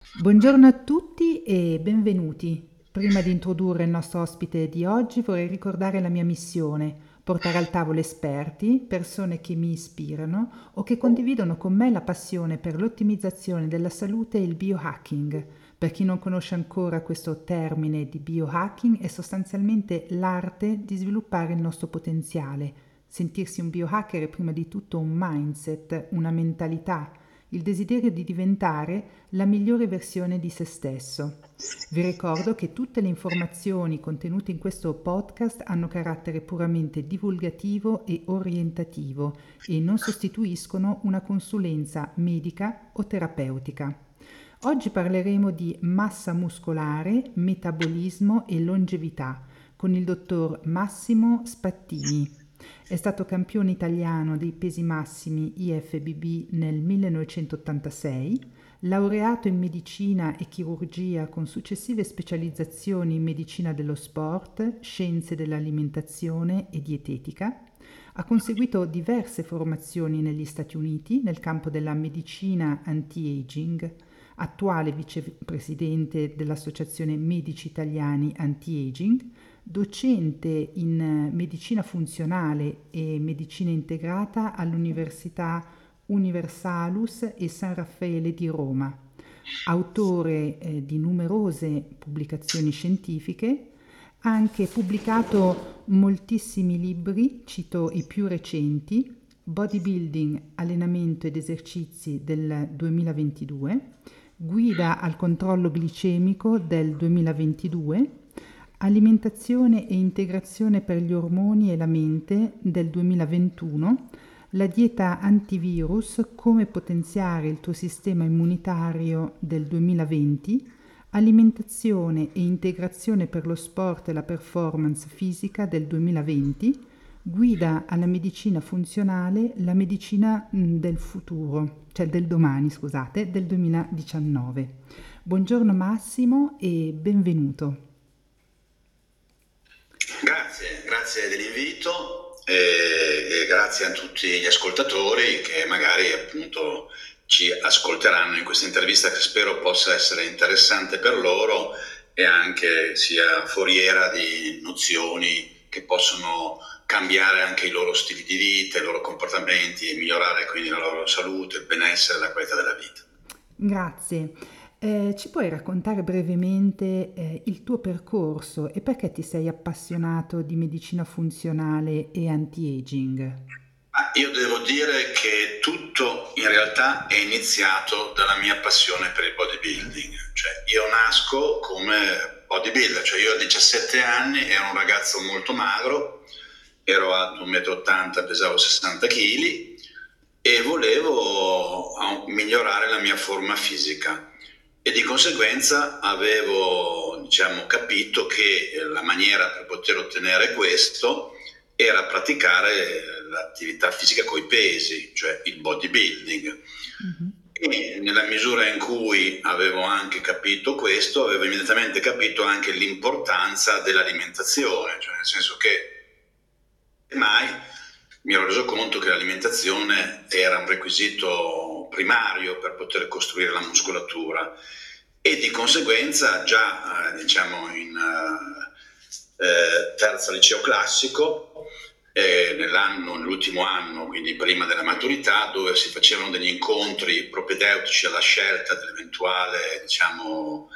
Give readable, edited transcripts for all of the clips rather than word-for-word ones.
Buongiorno a tutti e benvenuti. Prima di introdurre il nostro ospite di oggi vorrei ricordare la mia missione, portare al tavolo esperti, persone che mi ispirano o che condividono con me la passione per l'ottimizzazione della salute e il biohacking. Per chi non conosce ancora questo termine di biohacking, è sostanzialmente l'arte di sviluppare il nostro potenziale. Sentirsi un biohacker è prima di tutto un mindset, una mentalità, il desiderio di diventare la migliore versione di se stesso. Vi ricordo che tutte le informazioni contenute in questo podcast hanno carattere puramente divulgativo e orientativo e non sostituiscono una consulenza medica o terapeutica. Oggi parleremo di massa muscolare, metabolismo e longevità con il dottor Massimo Spattini. È stato campione italiano dei pesi massimi IFBB nel 1986, laureato in medicina e chirurgia con successive specializzazioni in medicina dello sport, scienze dell'alimentazione e dietetica. Ha conseguito diverse formazioni negli Stati Uniti nel campo della medicina anti-aging, attuale vicepresidente dell'Associazione Medici Italiani Anti-Aging, docente in medicina funzionale e medicina integrata all'Università Universalus e San Raffaele di Roma, autore di numerose pubblicazioni scientifiche, ha anche pubblicato moltissimi libri, cito i più recenti: Bodybuilding, allenamento ed esercizi del 2022, Guida al controllo glicemico del 2022, Alimentazione e integrazione per gli ormoni e la mente del 2021, la dieta antivirus, come potenziare il tuo sistema immunitario del 2020, alimentazione e integrazione per lo sport e la performance fisica del 2020, guida alla medicina funzionale, la medicina del futuro, cioè del domani, scusate, del 2019. Buongiorno Massimo e benvenuto. Grazie dell'invito e grazie a tutti gli ascoltatori che magari appunto ci ascolteranno in questa intervista, che spero possa essere interessante per loro e anche sia foriera di nozioni che possono cambiare anche i loro stili di vita, i loro comportamenti e migliorare quindi la loro salute, il benessere e la qualità della vita. Grazie. Ci puoi raccontare brevemente il tuo percorso e perché ti sei appassionato di medicina funzionale e anti-aging? Io devo dire che tutto in realtà è iniziato dalla mia passione per il bodybuilding, cioè io nasco come bodybuilder, cioè io a 17 anni ero un ragazzo molto magro, ero alto 1,80 m, pesavo 60 kg e volevo migliorare la mia forma fisica e di conseguenza avevo, diciamo, capito che la maniera per poter ottenere questo era praticare l'attività fisica coi pesi, cioè il bodybuilding. Mhm. E nella misura in cui avevo anche capito questo, avevo immediatamente capito anche l'importanza dell'alimentazione, cioè nel senso che mai mi ero reso conto che l'alimentazione era un requisito primario per poter costruire la muscolatura e di conseguenza già diciamo in terza liceo classico, nell'ultimo anno, quindi prima della maturità, dove si facevano degli incontri propedeutici alla scelta dell'eventuale, diciamo,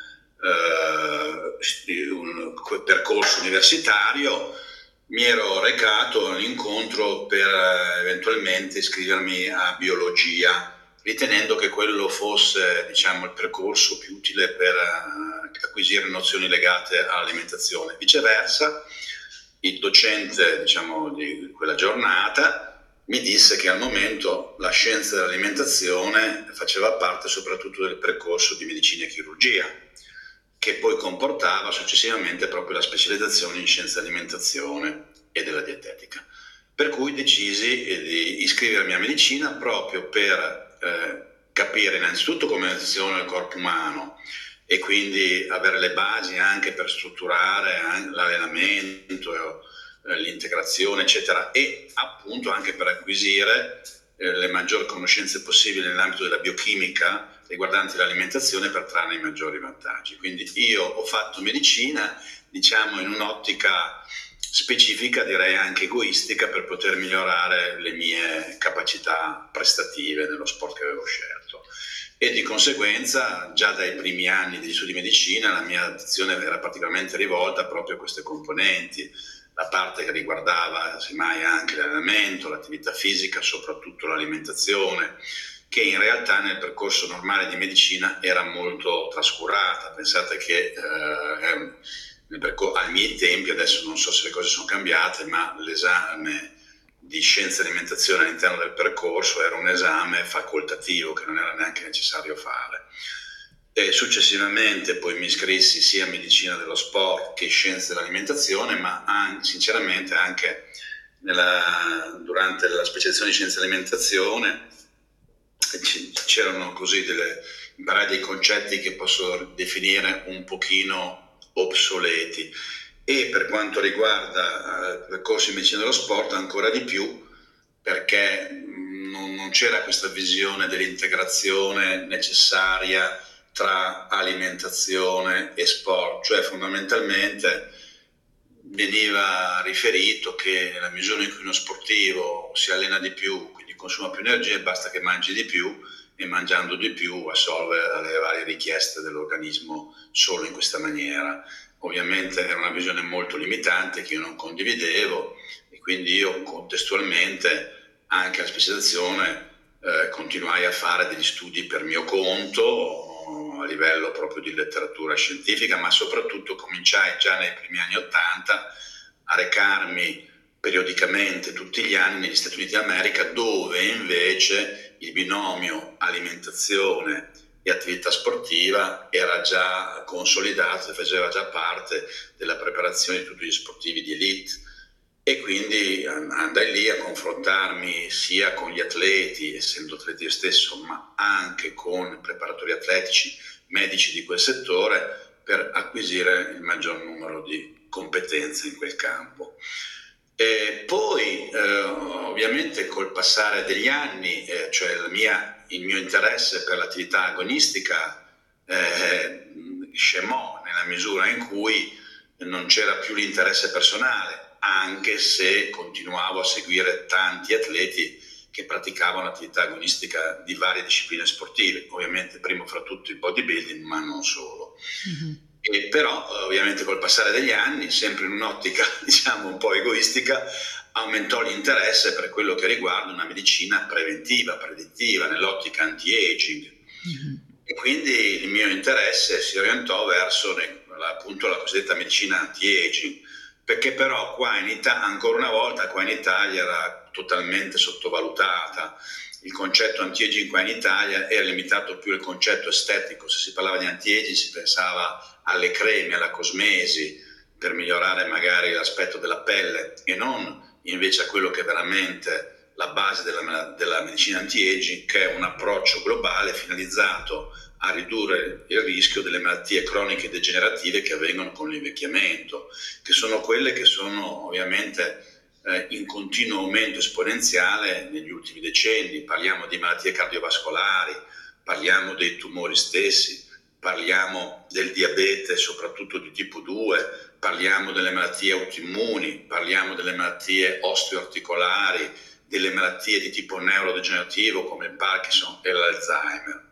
un percorso universitario, mi ero recato all'incontro per eventualmente iscrivermi a biologia, ritenendo che quello fosse, diciamo, il percorso più utile per acquisire nozioni legate all'alimentazione. Viceversa, il docente, diciamo, di quella giornata mi disse che al momento la scienza dell'alimentazione faceva parte soprattutto del percorso di medicina e chirurgia, che poi comportava successivamente proprio la specializzazione in scienza dell'alimentazione e della dietetica. Per cui decisi di iscrivermi a medicina proprio per capire innanzitutto come funziona il corpo umano e quindi avere le basi anche per strutturare l'allenamento, l'integrazione, eccetera, e appunto anche per acquisire le maggiori conoscenze possibili nell'ambito della biochimica riguardanti l'alimentazione per trarne i maggiori vantaggi. Quindi io ho fatto medicina, diciamo, in un'ottica specifica, direi anche egoistica, per poter migliorare le mie capacità prestative nello sport che avevo scelto. E di conseguenza già dai primi anni degli studi di medicina la mia attenzione era particolarmente rivolta proprio a queste componenti, la parte che riguardava semmai anche l'allenamento, l'attività fisica, soprattutto l'alimentazione, che in realtà nel percorso normale di medicina era molto trascurata. Pensate che ai miei tempi, adesso non so se le cose sono cambiate, ma l'esame di scienza e alimentazione all'interno del percorso era un esame facoltativo che non era neanche necessario fare. E successivamente poi mi iscrissi sia a medicina dello sport che scienze dell'alimentazione, ma sinceramente anche durante la specializzazione di scienze dell'alimentazione c'erano così imparare dei concetti che posso definire un pochino obsoleti. E per quanto riguarda il percorso di medicina dello sport ancora di più, perché non c'era questa visione dell'integrazione necessaria tra alimentazione e sport, cioè fondamentalmente veniva riferito che nella misura in cui uno sportivo si allena di più, quindi consuma più energia, basta che mangi di più, e mangiando di più assolve alle varie richieste dell'organismo solo in questa maniera. Ovviamente era una visione molto limitante che io non condividevo, e quindi io contestualmente anche alla specializzazione continuai a fare degli studi per mio conto a livello proprio di letteratura scientifica, ma soprattutto cominciai già nei primi anni '80 a recarmi periodicamente tutti gli anni negli Stati Uniti d'America, dove invece il binomio alimentazione e attività sportiva era già consolidato e faceva già parte della preparazione di tutti gli sportivi di elite. E quindi andai lì a confrontarmi sia con gli atleti, essendo atleti io stesso, ma anche con preparatori atletici, medici di quel settore, per acquisire il maggior numero di competenze in quel campo. E poi ovviamente col passare degli anni, cioè il mio interesse per l'attività agonistica scemò nella misura in cui non c'era più l'interesse personale, anche se continuavo a seguire tanti atleti che praticavano attività agonistica di varie discipline sportive, ovviamente primo fra tutti il bodybuilding, ma non solo. Mm-hmm. E però ovviamente col passare degli anni, sempre in un'ottica diciamo un po' egoistica, aumentò l'interesse per quello che riguarda una medicina preventiva, predittiva, nell'ottica anti-aging. Mm-hmm. E quindi il mio interesse si orientò verso appunto la cosiddetta medicina anti-aging, perché però ancora una volta qua in Italia era totalmente sottovalutata. Il concetto anti-aging qua in Italia era limitato più al concetto estetico. Se si parlava di anti-aging si pensava alle creme, alla cosmesi per migliorare magari l'aspetto della pelle, e non invece a quello che è veramente la base della medicina anti-aging, che è un approccio globale finalizzato a ridurre il rischio delle malattie croniche degenerative che avvengono con l'invecchiamento, che sono quelle che sono ovviamente in continuo aumento esponenziale negli ultimi decenni. Parliamo di malattie cardiovascolari, parliamo dei tumori stessi, parliamo del diabete soprattutto di tipo 2, parliamo delle malattie autoimmuni, parliamo delle malattie osteoarticolari, delle malattie di tipo neurodegenerativo come il Parkinson e l'Alzheimer.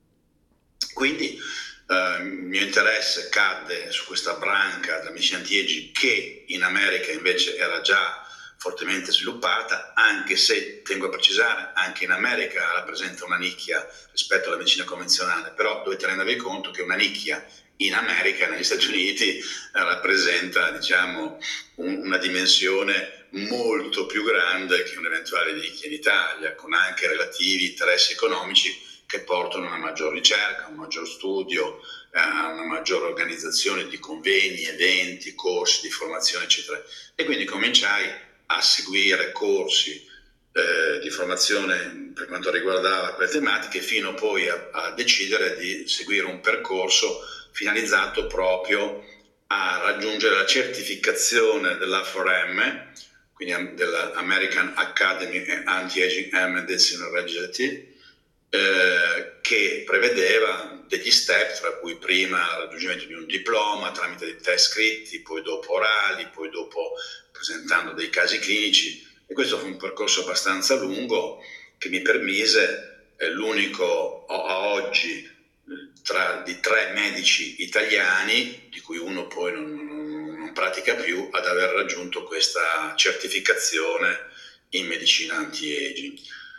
Quindi il mio interesse cadde su questa branca della medicina anti-aging, che in America invece era già fortemente sviluppata, anche se, tengo a precisare, anche in America rappresenta una nicchia rispetto alla medicina convenzionale, però dovete rendervi conto che una nicchia in America, negli Stati Uniti, rappresenta diciamo una dimensione molto più grande che un'eventuale nicchia in Italia, con anche relativi interessi economici che portano a una maggior ricerca, a un maggior studio, a una maggiore organizzazione di convegni, eventi, corsi di formazione, eccetera. E quindi cominciai a seguire corsi di formazione per quanto riguardava quelle tematiche, fino poi a decidere di seguire un percorso finalizzato proprio a raggiungere la certificazione dell'A4M, quindi dell'American Academy Anti-Aging and Medicine Regulative, che prevedeva degli step, tra cui prima il raggiungimento di un diploma tramite dei test scritti, poi dopo orali, poi dopo presentando dei casi clinici, e questo fu un percorso abbastanza lungo che mi permise, l'unico a oggi di 3 medici italiani, di cui uno poi non pratica più, ad aver raggiunto questa certificazione in medicina anti-aging.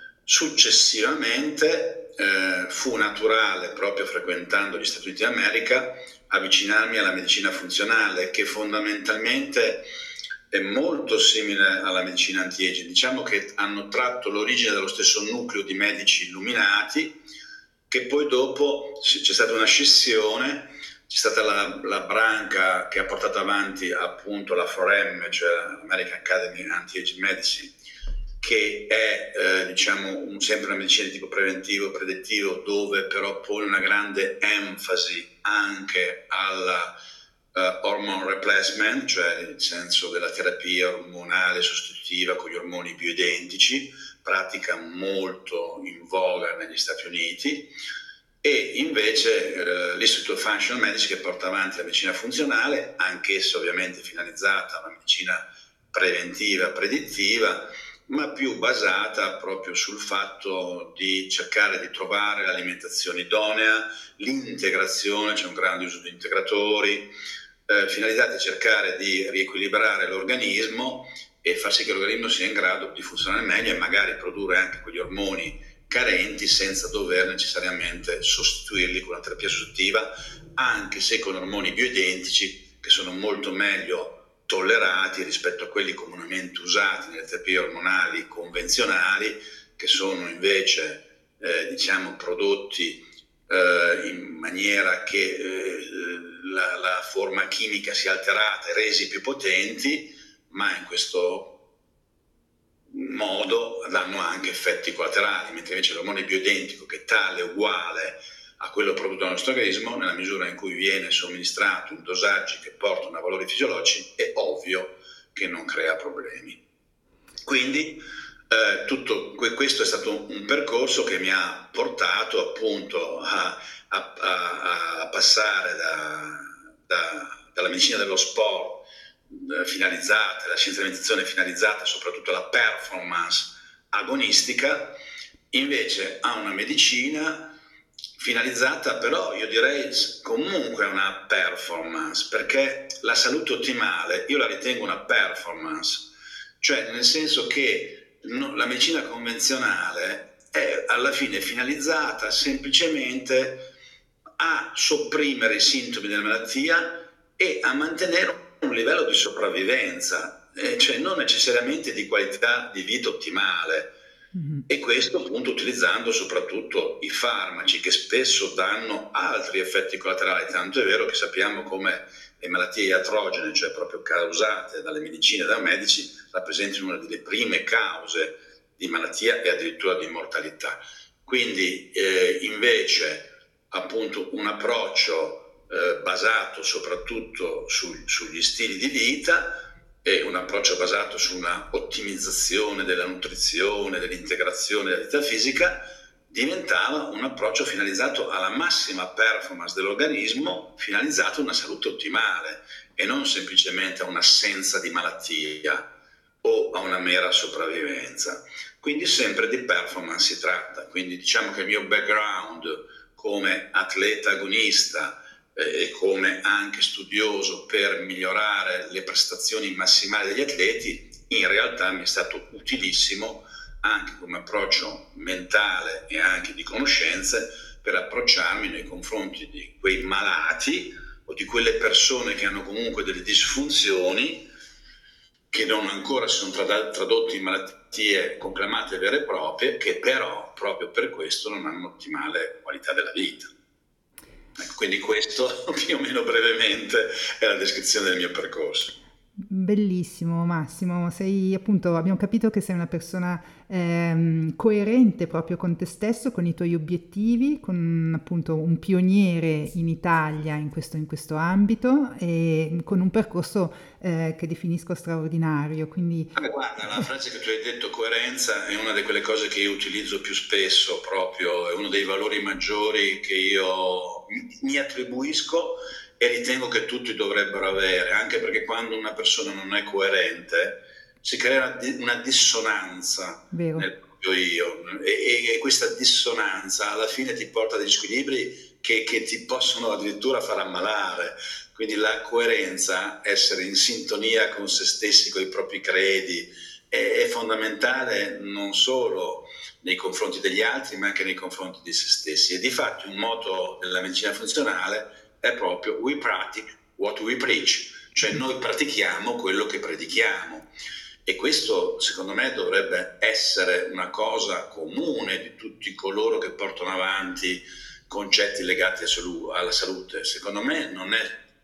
Successivamente fu naturale, proprio frequentando gli Stati Uniti d'America, avvicinarmi alla medicina funzionale, che fondamentalmente è molto simile alla medicina anti-aging. Diciamo che hanno tratto l'origine dallo stesso nucleo di medici illuminati, che poi dopo c'è stata una scissione, c'è stata la branca che ha portato avanti appunto la 4M, cioè l'American Academy Anti-Aging Medicine, che è diciamo sempre una medicina di tipo preventivo, predittivo, dove però pone una grande enfasi anche alla hormone replacement, cioè nel senso della terapia ormonale sostitutiva con gli ormoni bioidentici, pratica molto in voga negli Stati Uniti, e invece l'Institute of Functional Medicine, che porta avanti la medicina funzionale, anch'essa ovviamente finalizzata a una medicina preventiva, predittiva, ma più basata proprio sul fatto di cercare di trovare l'alimentazione idonea, l'integrazione, c'è un grande uso di integratori, finalizzati a cercare di riequilibrare l'organismo e far sì che l'organismo sia in grado di funzionare meglio e magari produrre anche quegli ormoni carenti senza dover necessariamente sostituirli con una terapia sostitutiva, anche se con ormoni bioidentici che sono molto meglio tollerati rispetto a quelli comunemente usati nelle terapie ormonali convenzionali, che sono invece diciamo prodotti in maniera che la forma chimica sia alterata e resi più potenti, ma in questo modo danno anche effetti collaterali, mentre invece l'ormone bioidentico, che è tale uguale a quello prodotto dal nostro organismo, nella misura in cui viene somministrato in dosaggi che portano a valori fisiologici, è ovvio che non crea problemi. Quindi tutto questo è stato un percorso che mi ha portato appunto a passare dalla medicina dello sport finalizzata, la scienza dell'alimentazione finalizzata soprattutto alla performance agonistica, invece a una medicina finalizzata però, io direi, comunque a una performance, perché la salute ottimale io la ritengo una performance, cioè nel senso che la medicina convenzionale è alla fine finalizzata semplicemente a sopprimere i sintomi della malattia e a mantenere un livello di sopravvivenza, cioè non necessariamente di qualità di vita ottimale. E questo appunto utilizzando soprattutto i farmaci, che spesso danno altri effetti collaterali, tanto è vero che sappiamo come le malattie iatrogene, cioè proprio causate dalle medicine e dai medici, rappresentano una delle prime cause di malattia e addirittura di mortalità. Quindi invece appunto un approccio basato soprattutto sugli stili di vita, e un approccio basato su una ottimizzazione della nutrizione, dell'integrazione della vita fisica, diventava un approccio finalizzato alla massima performance dell'organismo, finalizzato a una salute ottimale e non semplicemente a un'assenza di malattia o a una mera sopravvivenza. Quindi sempre di performance si tratta. Quindi diciamo che il mio background come atleta agonista e come anche studioso per migliorare le prestazioni massimali degli atleti, in realtà mi è stato utilissimo anche come approccio mentale e anche di conoscenze per approcciarmi nei confronti di quei malati o di quelle persone che hanno comunque delle disfunzioni che non ancora si sono tradotte in malattie conclamate vere e proprie, che però proprio per questo non hanno un'ottimale qualità della vita. Ecco, quindi questo più o meno brevemente è la descrizione del mio percorso. Bellissimo Massimo, sei appunto, abbiamo capito che sei una persona coerente proprio con te stesso, con i tuoi obiettivi, con appunto un pioniere in Italia in questo ambito e con un percorso che definisco straordinario. Quindi Guarda, la frase che tu hai detto, coerenza, è una di quelle cose che io utilizzo più spesso, proprio, è uno dei valori maggiori che io mi attribuisco e ritengo che tutti dovrebbero avere, anche perché quando una persona non è coerente si crea una dissonanza vero, nel proprio io e questa dissonanza alla fine ti porta a degli squilibri che ti possono addirittura far ammalare. Quindi la coerenza, essere in sintonia con se stessi, con i propri credi, è fondamentale non solo nei confronti degli altri, ma anche nei confronti di se stessi. E difatti un motto della medicina funzionale è proprio "we practice what we preach", cioè noi pratichiamo quello che predichiamo. E questo secondo me dovrebbe essere una cosa comune di tutti coloro che portano avanti concetti legati alla salute. Secondo me non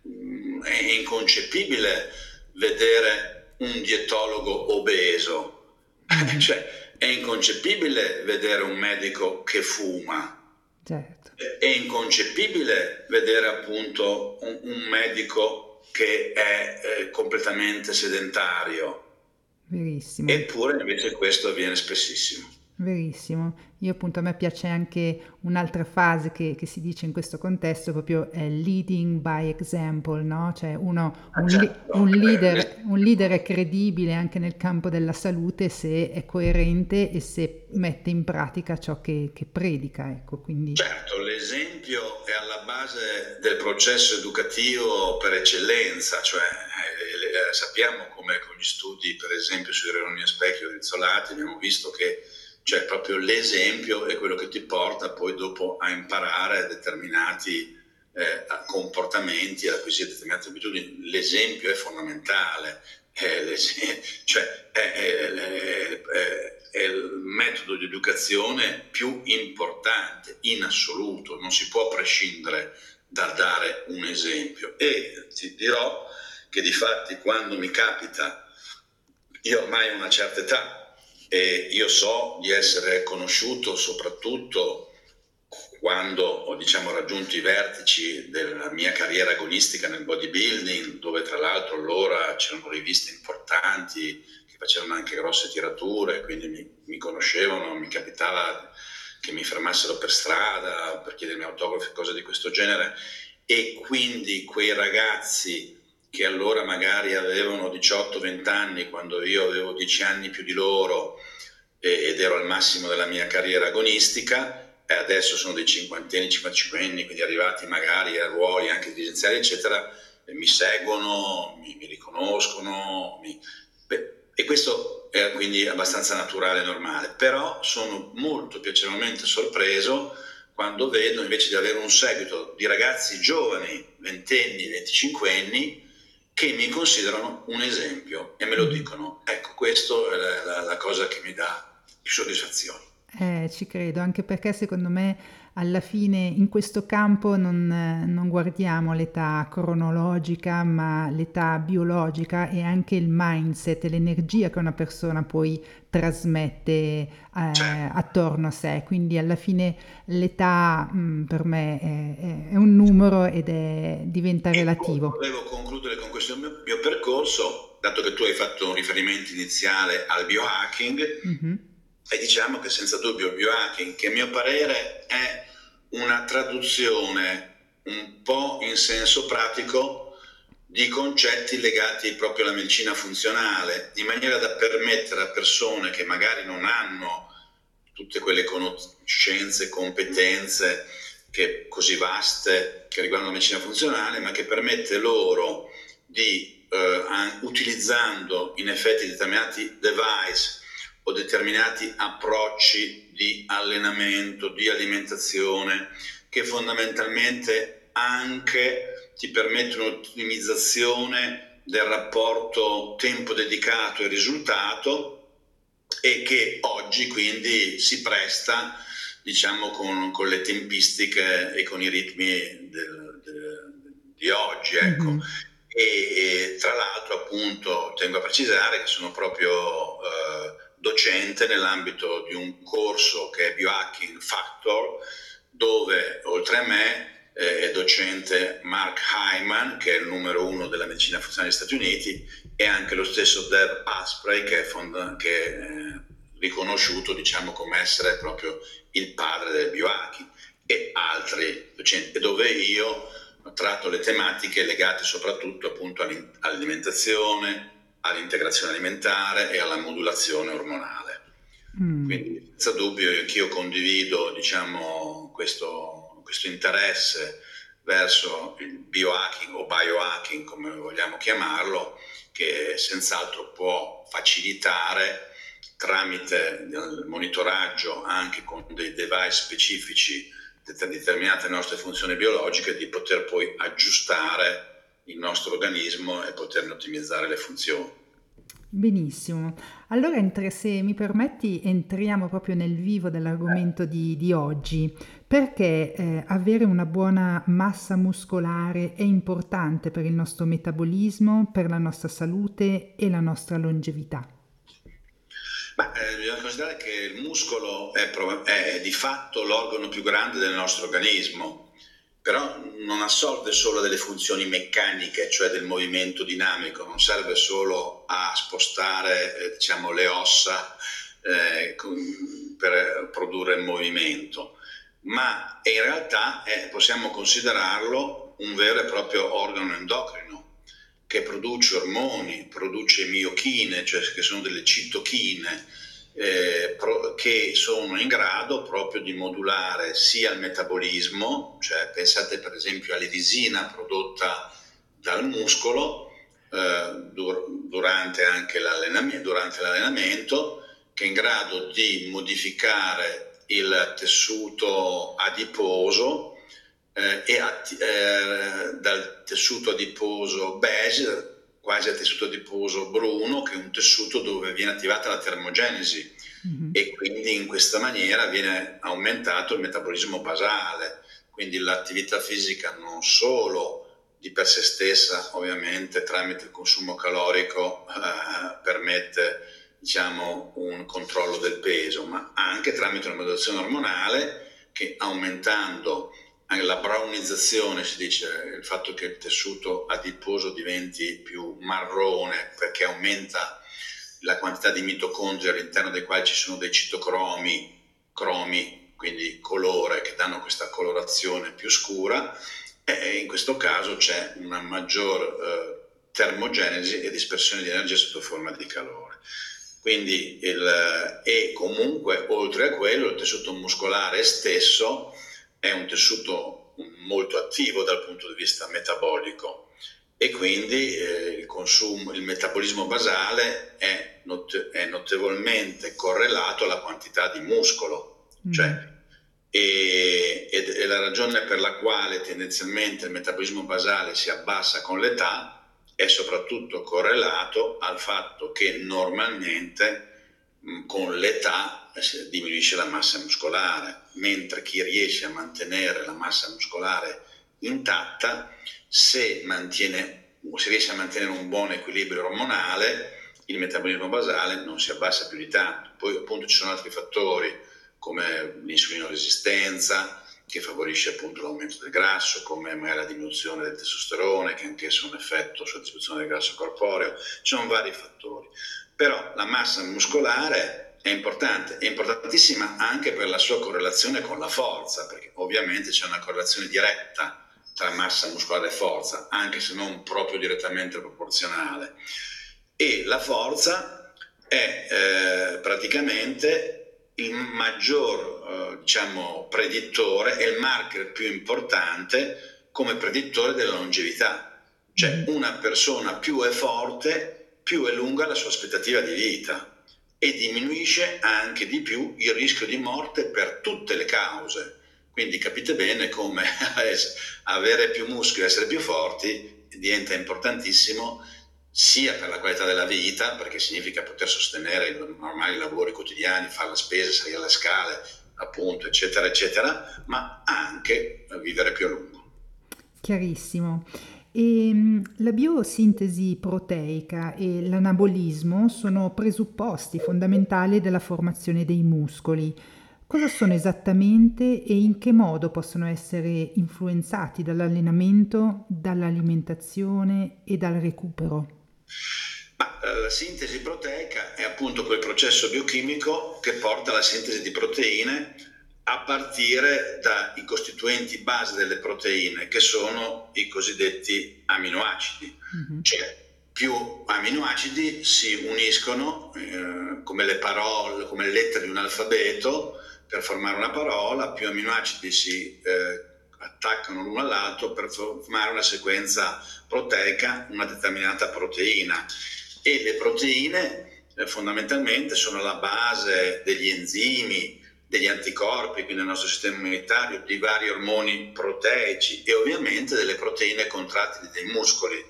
è inconcepibile vedere un dietologo obeso, mhm, cioè è inconcepibile vedere un medico che fuma, certo. è inconcepibile vedere appunto un medico che è completamente sedentario, Verissimo. eppure invece questo avviene spessissimo. Verissimo. Io appunto a me piace anche un'altra frase che si dice in questo contesto, proprio leading by example, no? Cioè uno, Certo, un leader è credibile anche nel campo della salute se è coerente e se mette in pratica ciò che predica, ecco, quindi certo, l'esempio è alla base del processo educativo per eccellenza, cioè sappiamo come con gli studi, per esempio, sui reloni a specchio rizzolati, abbiamo visto che cioè, proprio l'esempio è quello che ti porta poi dopo a imparare determinati comportamenti, ad acquisire determinate abitudini. L'esempio è fondamentale, cioè, è il metodo di educazione più importante in assoluto, non si può prescindere dal dare un esempio. E ti dirò che difatti quando mi capita, io ormai ho una certa età e io so di essere conosciuto soprattutto quando ho diciamo, raggiunto i vertici della mia carriera agonistica nel bodybuilding, dove tra l'altro allora c'erano riviste importanti che facevano anche grosse tirature, quindi mi conoscevano, mi capitava che mi fermassero per strada per chiedermi autografi, cose di questo genere, e quindi quei ragazzi che allora magari avevano 18-20 anni, quando io avevo 10 anni più di loro ed ero al massimo della mia carriera agonistica, e adesso sono dei cinquantenni, 55enni, quindi arrivati magari a ruoli anche dirigenziali, eccetera, e mi seguono, mi riconoscono, e questo è quindi abbastanza naturale e normale, però sono molto piacevolmente sorpreso quando vedo invece di avere un seguito di ragazzi giovani, ventenni, venticinquenni, che mi considerano un esempio e me lo mhm. dicono. Ecco, questa è la cosa che mi dà più soddisfazione. Ci credo, anche perché secondo me alla fine in questo campo non guardiamo l'età cronologica, ma l'età biologica e anche il mindset e l'energia che una persona poi trasmette Certo. attorno a sé. Quindi alla fine l'età per me è un numero diventa E poi relativo. volevo concludere con questo mio percorso, dato che tu hai fatto un riferimento iniziale al biohacking, Mhm. e diciamo che senza dubbio il biohacking, che a mio parere è una traduzione un po' in senso pratico di concetti legati proprio alla medicina funzionale, in maniera da permettere a persone che magari non hanno tutte quelle conoscenze, competenze così vaste che riguardano la medicina funzionale, ma che permette loro di, utilizzando in effetti determinati device o determinati approcci di allenamento, di alimentazione, che fondamentalmente anche ti permettono un'ottimizzazione del rapporto tempo dedicato e risultato e che oggi quindi si presta diciamo con le tempistiche e con i ritmi di oggi, ecco. Mhm. e tra l'altro appunto tengo a precisare che sono proprio docente nell'ambito di un corso che è Biohacking Factor, dove oltre a me è docente Mark Hyman, che è il numero uno della medicina funzionale negli Stati Uniti, e anche lo stesso Dave Asprey, che è riconosciuto, diciamo, come essere proprio il padre del biohacking, e altri docenti, dove io tratto le tematiche legate soprattutto appunto all'alimentazione, all'integrazione alimentare e alla modulazione ormonale. Mm. Quindi senza dubbio anch'io condivido, diciamo, questo interesse verso il biohacking o biohacking, come vogliamo chiamarlo, che senz'altro può facilitare tramite il monitoraggio anche con dei device specifici determinate nostre funzioni biologiche, di poter poi aggiustare il nostro organismo e poterne ottimizzare le funzioni. Benissimo. Allora, se mi permetti, entriamo proprio nel vivo dell'argomento di oggi, perché avere una buona massa muscolare è importante per il nostro metabolismo, per la nostra salute e la nostra longevità. Ma bisogna considerare che il muscolo è di fatto l'organo più grande del nostro organismo, però non assolve solo delle funzioni meccaniche, cioè del movimento dinamico, non serve solo a spostare diciamo, le ossa per produrre il movimento, ma in realtà possiamo considerarlo un vero e proprio organo endocrino che produce ormoni, produce miochine, cioè che sono delle citochine, che sono in grado proprio di modulare sia il metabolismo, cioè pensate per esempio all'erisina prodotta dal muscolo durante anche l'allenamento, che è in grado di modificare il tessuto adiposo dal tessuto adiposo beige quasi al tessuto adiposo bruno, che è un tessuto dove viene attivata la termogenesi, Mhm. e quindi in questa maniera viene aumentato il metabolismo basale. Quindi l'attività fisica non solo di per sé stessa, ovviamente tramite il consumo calorico permette, diciamo, un controllo del peso, ma anche tramite una modulazione ormonale che, aumentando anche la brownizzazione, si dice, il fatto che il tessuto adiposo diventi più marrone perché aumenta la quantità di mitocondri all'interno dei quali ci sono dei cromi, quindi colore, che danno questa colorazione più scura, e in questo caso c'è una maggior termogenesi e dispersione di energia sotto forma di calore. Quindi e comunque oltre a quello il tessuto muscolare stesso è un tessuto molto attivo dal punto di vista metabolico, e quindi il metabolismo basale è notevolmente correlato alla quantità di muscolo, Mhm. cioè, e la ragione per la quale tendenzialmente il metabolismo basale si abbassa con l'età è soprattutto correlato al fatto che normalmente con l'età diminuisce la massa muscolare, mentre chi riesce a mantenere la massa muscolare intatta, se riesce a mantenere un buon equilibrio ormonale, il metabolismo basale non si abbassa più di tanto. Poi appunto ci sono altri fattori come l'insulinoresistenza, che favorisce appunto l'aumento del grasso, come magari la diminuzione del testosterone, che anch'esso ha un effetto sulla distribuzione del grasso corporeo. Ci sono vari fattori, però la massa muscolare è importante, è importantissima anche per la sua correlazione con la forza, perché ovviamente c'è una correlazione diretta tra massa muscolare e forza, anche se non proprio direttamente proporzionale. E la forza è praticamente il maggior diciamo, predittore, è il marker più importante come predittore della longevità. Cioè Mhm. una persona più è forte, più è lunga la sua aspettativa di vita, e diminuisce anche di più il rischio di morte per tutte le cause. Quindi capite bene come avere più muscoli, essere più forti diventa importantissimo sia per la qualità della vita, perché significa poter sostenere i normali lavori quotidiani, fare la spesa, salire le scale, appunto, eccetera, eccetera, ma anche vivere più a lungo. Chiarissimo. La biosintesi proteica e l'anabolismo sono presupposti fondamentali della formazione dei muscoli. Cosa sono esattamente e in che modo possono essere influenzati dall'allenamento, dall'alimentazione e dal recupero? La sintesi proteica è appunto quel processo biochimico che porta alla sintesi di proteine a partire dai costituenti base delle proteine, che sono i cosiddetti aminoacidi. Mhm. Cioè, più aminoacidi si uniscono come le parole, come le lettere di un alfabeto per formare una parola, più aminoacidi si attaccano l'uno all'altro per formare una sequenza proteica, una determinata proteina. E le proteine fondamentalmente sono la base degli enzimi, degli anticorpi, quindi del nostro sistema immunitario, di vari ormoni proteici e ovviamente delle proteine contrattili dei muscoli,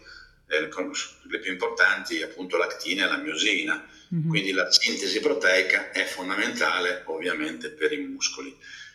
le più importanti appunto l'actina e la miosina. Mhm. Quindi la sintesi proteica è fondamentale ovviamente per i muscoli.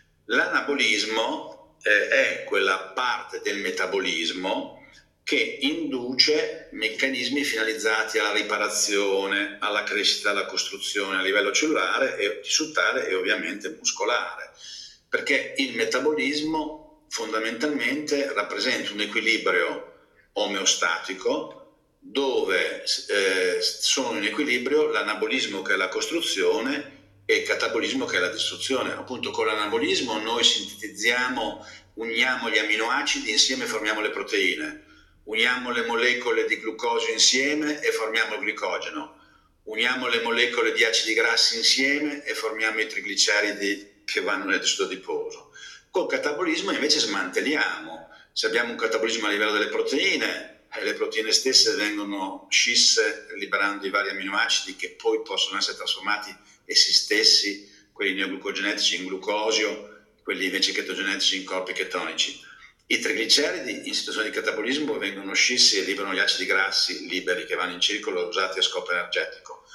L'anabolismo è quella parte del metabolismo che induce meccanismi finalizzati alla riparazione, alla crescita, alla costruzione a livello cellulare e tissutale e ovviamente muscolare, perché il metabolismo fondamentalmente rappresenta un equilibrio omeostatico dove sono in equilibrio l'anabolismo che è la costruzione e il catabolismo che è la distruzione. Appunto con l'anabolismo noi sintetizziamo, uniamo gli aminoacidi insieme e formiamo le proteine, uniamo le molecole di glucosio insieme e formiamo il glicogeno, uniamo le molecole di acidi grassi insieme e formiamo i trigliceridi che vanno nel tessuto adiposo. Col catabolismo invece smantelliamo. Se abbiamo un catabolismo a livello delle proteine, le proteine stesse vengono scisse liberando i vari aminoacidi che poi possono essere trasformati essi stessi, quelli neoglucogenetici in glucosio, quelli invece chetogenetici in corpi chetonici. I trigliceridi in situazione di catabolismo vengono scissi e liberano gli acidi grassi liberi che vanno in circolo usati a scopo energetico.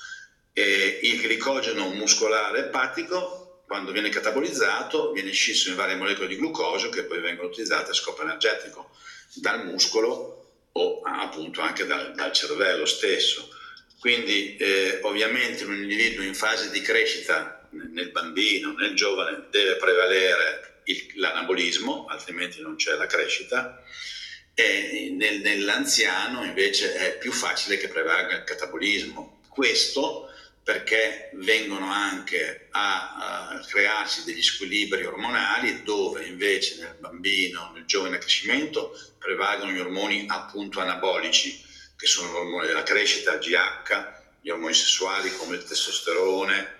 E il glicogeno muscolare epatico, quando viene catabolizzato, viene scisso in varie molecole di glucosio che poi vengono utilizzate a scopo energetico dal muscolo o appunto anche dal cervello stesso. Quindi ovviamente un individuo in fase di crescita, nel bambino, nel giovane, deve prevalere l'anabolismo, altrimenti non c'è la crescita, e nell'anziano invece è più facile che prevalga il catabolismo. Questo perché vengono anche a crearsi degli squilibri ormonali dove invece nel bambino, nel giovane crescimento, prevalgono gli ormoni appunto anabolici, che sono l'ormone della crescita, il GH, gli ormoni sessuali come il testosterone.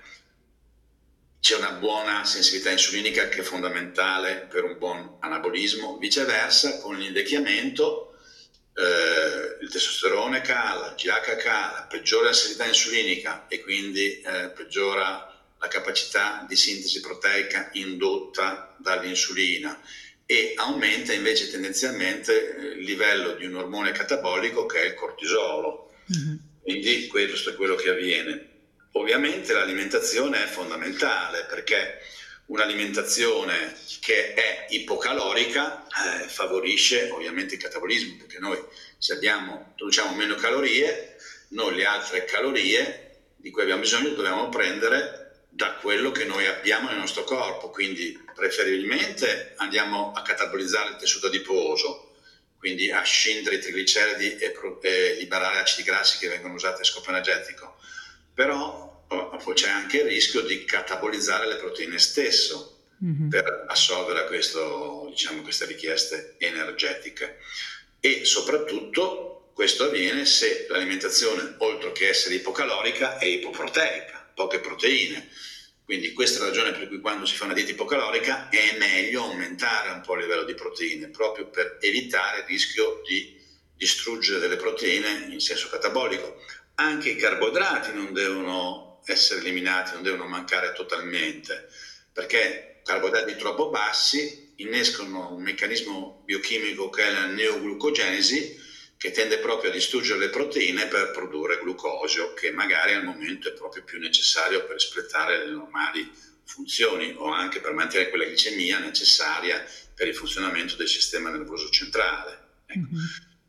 C'è una buona sensibilità insulinica che è fondamentale per un buon anabolismo. Viceversa, con l'invecchiamento il testosterone cala, il GH cala, peggiora la sensibilità insulinica e quindi peggiora la capacità di sintesi proteica indotta dall'insulina e aumenta invece tendenzialmente il livello di un ormone catabolico che è il cortisolo. Mhm. Quindi questo è quello che avviene. Ovviamente l'alimentazione è fondamentale perché un'alimentazione che è ipocalorica favorisce ovviamente il catabolismo, perché noi se produciamo meno calorie, noi le altre calorie di cui abbiamo bisogno dobbiamo prendere da quello che noi abbiamo nel nostro corpo, quindi preferibilmente andiamo a catabolizzare il tessuto adiposo, quindi a scindere i trigliceridi e liberare acidi grassi che vengono usati a scopo energetico. Però poi c'è anche il rischio di catabolizzare le proteine stesso Mhm. per assolvere a queste richieste energetiche. E soprattutto questo avviene se l'alimentazione, oltre che essere ipocalorica, è ipoproteica, poche proteine. Quindi questa è la ragione per cui quando si fa una dieta ipocalorica è meglio aumentare un po' il livello di proteine, proprio per evitare il rischio di distruggere delle proteine in senso catabolico. Anche i carboidrati non devono essere eliminati, non devono mancare totalmente, perché carboidrati troppo bassi innescono un meccanismo biochimico che è la neoglucogenesi, che tende proprio a distruggere le proteine per produrre glucosio, che magari al momento è proprio più necessario per espletare le normali funzioni o anche per mantenere quella glicemia necessaria per il funzionamento del sistema nervoso centrale. Ecco. Mhm.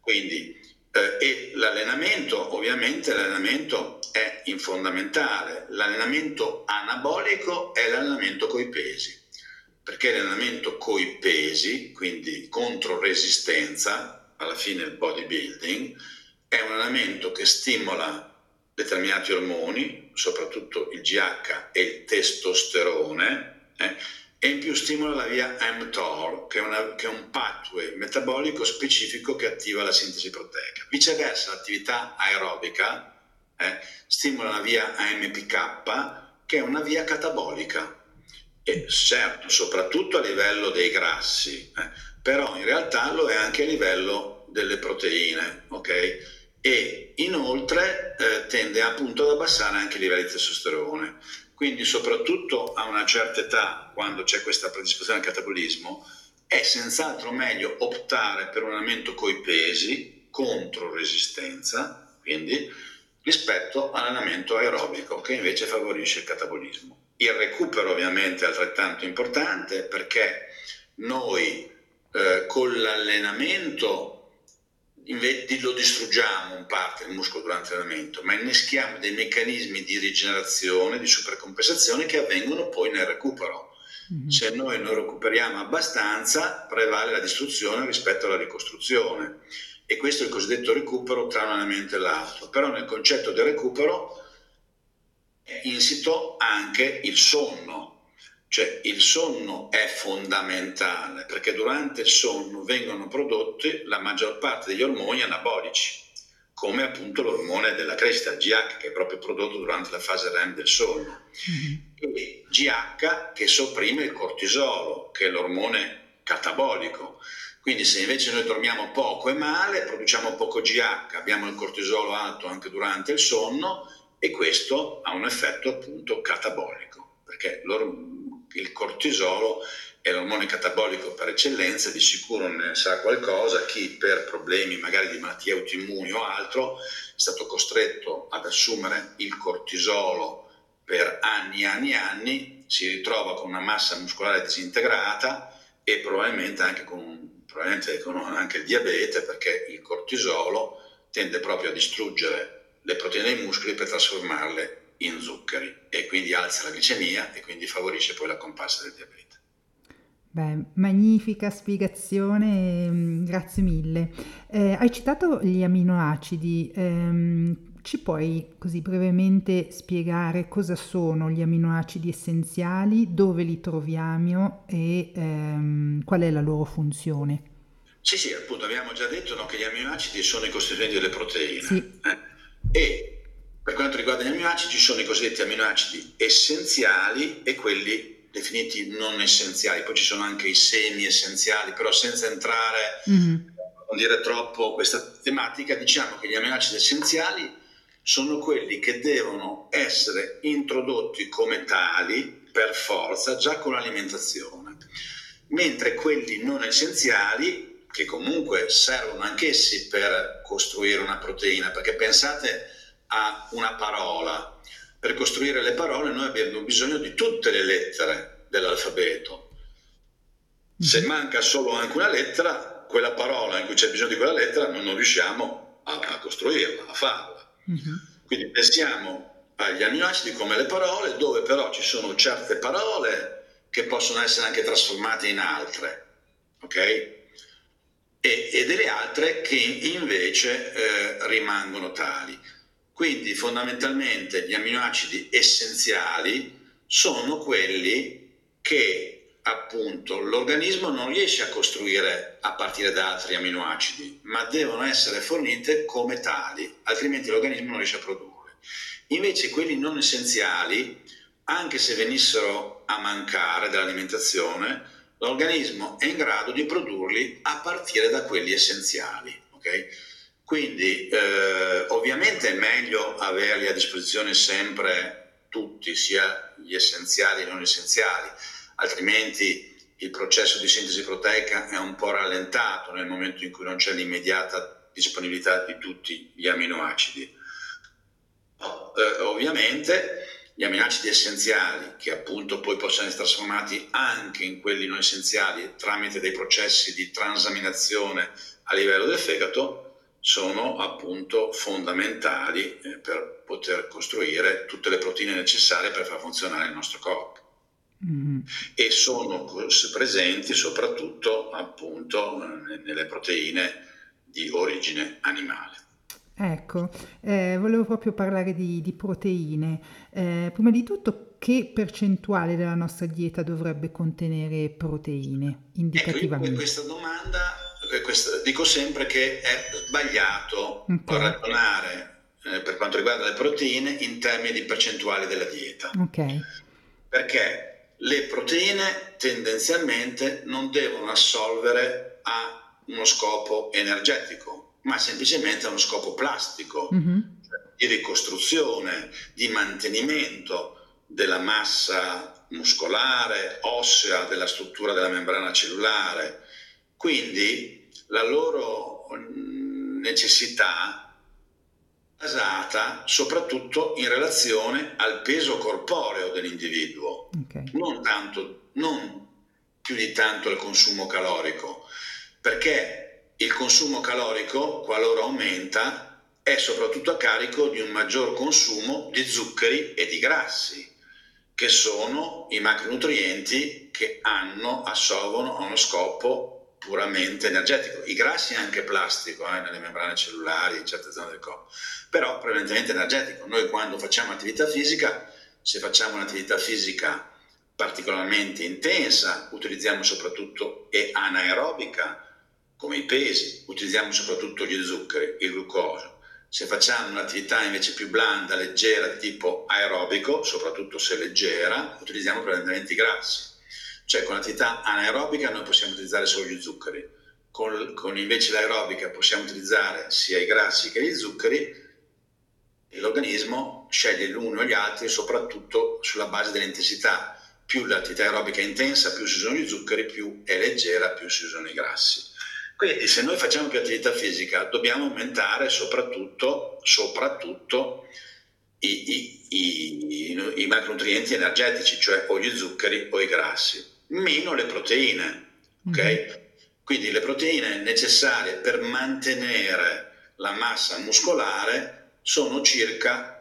Quindi, e l'allenamento, ovviamente l'allenamento è fondamentale. L'allenamento anabolico è l'allenamento coi pesi, perché l'allenamento coi pesi, quindi contro resistenza, alla fine il bodybuilding, è un allenamento che stimola determinati ormoni, soprattutto il GH e il testosterone, e in più stimola la via mTOR, che è un pathway metabolico specifico che attiva la sintesi proteica. Viceversa, l'attività aerobica stimola la via AMPK, che è una via catabolica. E certo, soprattutto a livello dei grassi, però in realtà lo è anche a livello delle proteine, ok? E inoltre tende appunto ad abbassare anche i livelli di testosterone. Quindi soprattutto a una certa età, quando c'è questa predisposizione al catabolismo, è senz'altro meglio optare per un allenamento coi pesi, contro resistenza, quindi, rispetto all'allenamento aerobico, che invece favorisce il catabolismo. Il recupero ovviamente è altrettanto importante, perché noi con l'allenamento lo distruggiamo in parte il muscolo durante l'allenamento, ma inneschiamo dei meccanismi di rigenerazione, di supercompensazione che avvengono poi nel recupero. Se noi non recuperiamo abbastanza, prevale la distruzione rispetto alla ricostruzione, e questo è il cosiddetto recupero tra un allenamento e l'altro. Però nel concetto del recupero è insito anche il sonno. Cioè il sonno è fondamentale, perché durante il sonno vengono prodotti la maggior parte degli ormoni anabolici, come appunto l'ormone della crescita, il GH, che è proprio prodotto durante la fase REM del sonno, e GH che sopprime il cortisolo, che è l'ormone catabolico. Quindi se invece noi dormiamo poco e male, produciamo poco GH, abbiamo il cortisolo alto anche durante il sonno, e questo ha un effetto appunto catabolico, perché il cortisolo è l'ormone catabolico per eccellenza. Di sicuro ne sa qualcosa chi per problemi magari di malattie autoimmuni o altro è stato costretto ad assumere il cortisolo per anni e anni e anni, si ritrova con una massa muscolare disintegrata e probabilmente anche con anche il diabete, perché il cortisolo tende proprio a distruggere le proteine dei muscoli per trasformarle in zuccheri, e quindi alza la glicemia e quindi favorisce poi la comparsa del diabete. Beh, magnifica spiegazione, grazie mille. Hai citato gli aminoacidi, ci puoi così brevemente spiegare cosa sono gli aminoacidi essenziali, dove li troviamo e qual è la loro funzione? Sì, appunto abbiamo già detto, no, che gli aminoacidi sono i costituenti delle proteine. Sì. E per quanto riguarda gli aminoacidi, ci sono i cosiddetti aminoacidi essenziali e quelli definiti non essenziali. Poi ci sono anche i semi essenziali, però senza entrare non dire troppo questa tematica, diciamo che gli aminoacidi essenziali sono quelli che devono essere introdotti come tali per forza già con l'alimentazione, mentre quelli non essenziali, che comunque servono anch'essi per costruire una proteina, perché pensate a una parola. Per costruire le parole noi abbiamo bisogno di tutte le lettere dell'alfabeto. Se manca solo anche una lettera, quella parola in cui c'è bisogno di quella lettera non riusciamo a costruirla, a farla. Quindi pensiamo agli aminoacidi come le parole, dove però ci sono certe parole che possono essere anche trasformate in altre, ok? E delle altre che invece rimangono tali. Quindi fondamentalmente gli aminoacidi essenziali sono quelli che appunto l'organismo non riesce a costruire a partire da altri aminoacidi, ma devono essere fornite come tali, altrimenti l'organismo non riesce a produrre. Invece quelli non essenziali, anche se venissero a mancare dall'alimentazione, l'organismo è in grado di produrli a partire da quelli essenziali, ok? Quindi ovviamente è meglio averli a disposizione sempre tutti, sia gli essenziali che i non essenziali, altrimenti il processo di sintesi proteica è un po' rallentato nel momento in cui non c'è l'immediata disponibilità di tutti gli aminoacidi. Ovviamente gli aminoacidi essenziali, che appunto poi possono essere trasformati anche in quelli non essenziali tramite dei processi di transaminazione a livello del fegato, sono appunto fondamentali per poter costruire tutte le proteine necessarie per far funzionare il nostro corpo. E sono presenti soprattutto appunto nelle proteine di origine animale. Ecco, volevo proprio parlare di proteine. Prima di tutto, che percentuale della nostra dieta dovrebbe contenere proteine, Ecco, io indicativamente? questa domanda, dico sempre che è sbagliato Ok, ragionare per quanto riguarda le proteine in termini di percentuali della dieta, ok. perché le proteine tendenzialmente non devono assolvere a uno scopo energetico, ma semplicemente a uno scopo plastico, Mhm. di ricostruzione, di mantenimento della massa muscolare, ossea, della struttura della membrana cellulare. Quindi la loro necessità è basata soprattutto in relazione al peso corporeo dell'individuo, Ok. non più di tanto al consumo calorico, perché il consumo calorico, qualora aumenta, è soprattutto a carico di un maggior consumo di zuccheri e di grassi, che sono i macronutrienti che assolvono a uno scopo puramente energetico. I grassi è anche plastico nelle membrane cellulari, in certe zone del corpo, però prevalentemente energetico. Noi quando facciamo attività fisica, se facciamo un'attività fisica particolarmente intensa, utilizziamo soprattutto e anaerobica, come i pesi, utilizziamo soprattutto gli zuccheri, il glucosio. Se facciamo un'attività invece più blanda, leggera, di tipo aerobico, soprattutto se leggera, utilizziamo prevalentemente i grassi. Cioè con l'attività anaerobica noi possiamo utilizzare solo gli zuccheri, con invece l'aerobica possiamo utilizzare sia i grassi che gli zuccheri, e l'organismo sceglie l'uno o gli altri soprattutto sulla base dell'intensità. Più l'attività aerobica è intensa, più si usano gli zuccheri, più è leggera, più si usano i grassi. Quindi se noi facciamo più attività fisica dobbiamo aumentare soprattutto i macronutrienti energetici, cioè o gli zuccheri o i grassi, meno le proteine, Mhm. ok? Quindi le proteine necessarie per mantenere la massa muscolare sono circa,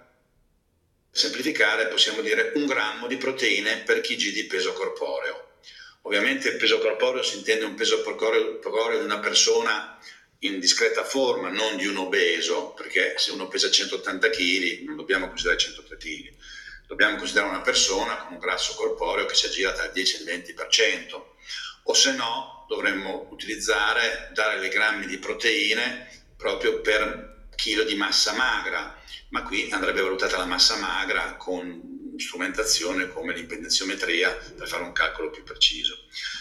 per semplificare, possiamo dire 1 grammo di proteine per kg di peso corporeo. Ovviamente il peso corporeo si intende un peso corporeo di una persona in discreta forma, non di un obeso, perché se uno pesa 180 kg non dobbiamo considerare 103 kg, dobbiamo considerare una persona con un grasso corporeo che si aggira tra il 10 e il 20%, o se no dovremmo dare le grammi di proteine proprio per chilo di massa magra, ma qui andrebbe valutata la massa magra con strumentazione come l'impennaziometria per fare un calcolo più preciso.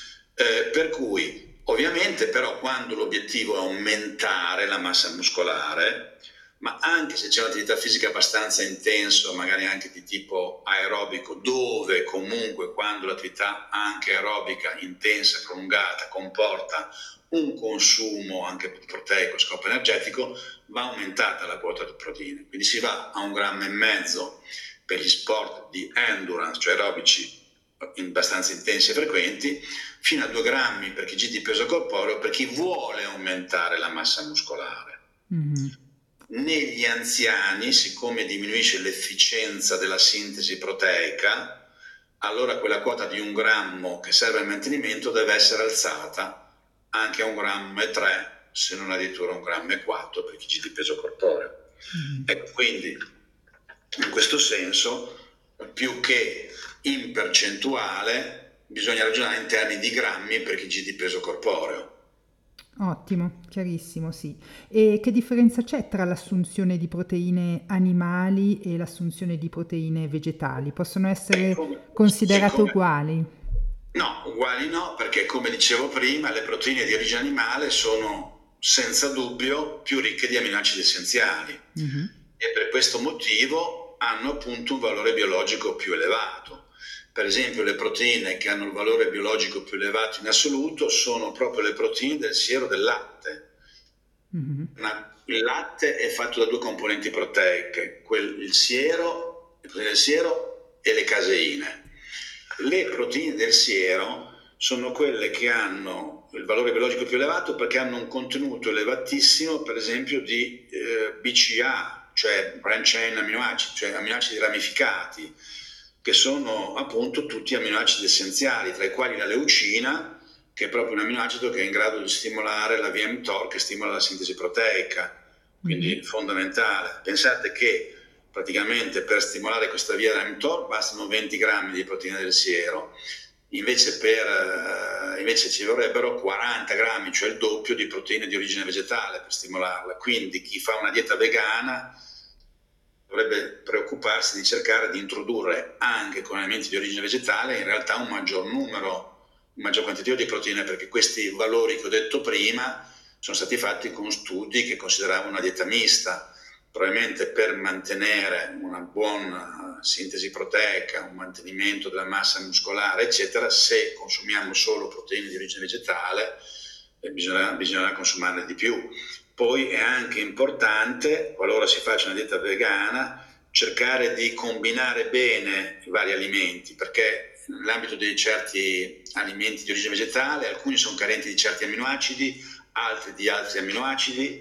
Per cui ovviamente però quando l'obiettivo è aumentare la massa muscolare, ma anche se c'è un'attività fisica abbastanza intensa, magari anche di tipo aerobico, dove comunque quando l'attività anche aerobica intensa e prolungata comporta un consumo anche proteico a scopo energetico, va aumentata la quota di proteine. Quindi si va a 1,5 grammi per gli sport di endurance, cioè aerobici abbastanza intensi e frequenti, fino a 2 grammi per kg di peso corporeo per chi vuole aumentare la massa muscolare. Mhm. Negli anziani, siccome diminuisce l'efficienza della sintesi proteica, allora quella quota di 1 grammo che serve al mantenimento deve essere alzata anche a 1,3 grammi, se non addirittura 1,4 grammi per kg di peso corporeo. Mhm. Ecco, quindi in questo senso, più che in percentuale, bisogna ragionare in termini di grammi per kg di peso corporeo. Ottimo, chiarissimo, sì. E che differenza c'è tra l'assunzione di proteine animali e l'assunzione di proteine vegetali? Possono essere considerate Siccome uguali? no, uguali no, perché come dicevo prima, le proteine di origine animale sono senza dubbio più ricche di aminoacidi essenziali Mhm. e per questo motivo hanno appunto un valore biologico più elevato. Per esempio, le proteine che hanno il valore biologico più elevato in assoluto sono proprio le proteine del siero del latte. Mhm. Il latte è fatto da 2 componenti proteiche, le proteine del siero e le caseine. Le proteine del siero sono quelle che hanno il valore biologico più elevato perché hanno un contenuto elevatissimo, per esempio, di BCA, cioè branch chain aminoacidi, cioè aminoacidi ramificati, che sono appunto tutti aminoacidi essenziali, tra i quali la leucina, che è proprio un aminoacido che è in grado di stimolare la via mTOR, che stimola la sintesi proteica, quindi fondamentale. Pensate che praticamente per stimolare questa via mTOR bastano 20 grammi di proteina del siero, invece ci vorrebbero 40 grammi, cioè il doppio di proteine di origine vegetale per stimolarla. Quindi chi fa una dieta vegana dovrebbe preoccuparsi di cercare di introdurre anche con alimenti di origine vegetale in realtà un maggior quantitativo di proteine, perché questi valori che ho detto prima sono stati fatti con studi che consideravano una dieta mista. Probabilmente per mantenere una buona sintesi proteica, un mantenimento della massa muscolare, eccetera, se consumiamo solo proteine di origine vegetale, bisognerà consumarne di più. Poi è anche importante, qualora si faccia una dieta vegana, cercare di combinare bene i vari alimenti, perché nell'ambito di certi alimenti di origine vegetale alcuni sono carenti di certi amminoacidi, altri di altri amminoacidi,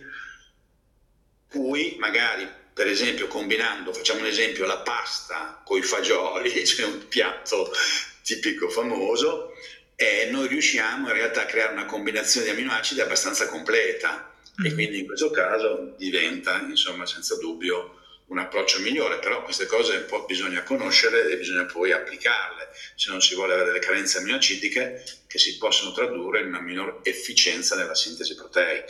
cui magari, per esempio, combinando, facciamo un esempio, la pasta con i fagioli, cioè un piatto tipico famoso, e noi riusciamo in realtà a creare una combinazione di amminoacidi abbastanza completa, e quindi in questo caso diventa, insomma, senza dubbio un approccio migliore. Però queste cose un po' bisogna conoscere e bisogna poi applicarle, se non si vuole avere delle carenze aminoacidiche che si possono tradurre in una minor efficienza nella sintesi proteica.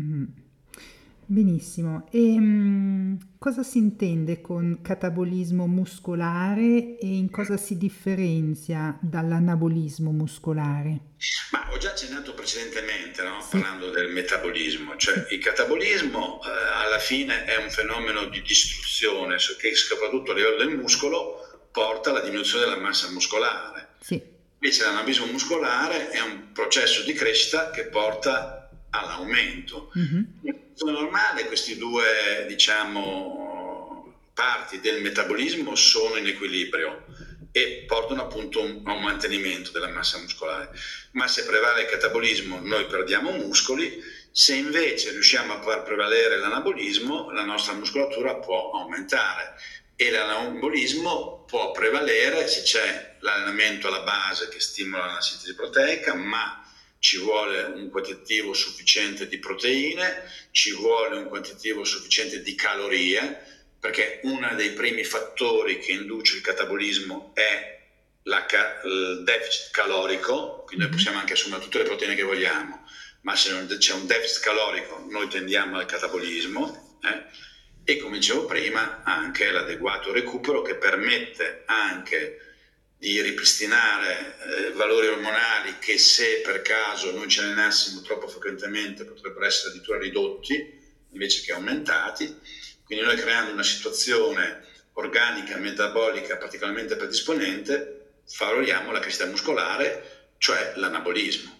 Benissimo. E cosa si intende con catabolismo muscolare e in cosa si differenzia dall'anabolismo muscolare? Ma ho già accennato precedentemente, no? Sì. Parlando del metabolismo, cioè il catabolismo alla fine è un fenomeno di distruzione che soprattutto a livello del muscolo porta alla diminuzione della massa muscolare. Sì. Invece l'anabolismo muscolare è un processo di crescita che porta all'aumento. È normale, questi due, diciamo, parti del metabolismo sono in equilibrio e portano appunto a un mantenimento della massa muscolare. Ma se prevale il catabolismo noi perdiamo muscoli, se invece riusciamo a far prevalere l'anabolismo la nostra muscolatura può aumentare, e l'anabolismo può prevalere se c'è l'allenamento alla base che stimola la sintesi proteica, ma ci vuole un quantitativo sufficiente di proteine, ci vuole un quantitativo sufficiente di calorie, perché uno dei primi fattori che induce il catabolismo è il deficit calorico, quindi noi possiamo anche assumere tutte le proteine che vogliamo, ma se non c'è un deficit calorico noi tendiamo al catabolismo, e come dicevo prima anche l'adeguato recupero che permette anche di ripristinare valori ormonali che, se per caso noi ci allenassimo troppo frequentemente, potrebbero essere addirittura ridotti invece che aumentati. Quindi noi, creando una situazione organica metabolica particolarmente predisponente, favoriamo la crescita muscolare, cioè l'anabolismo.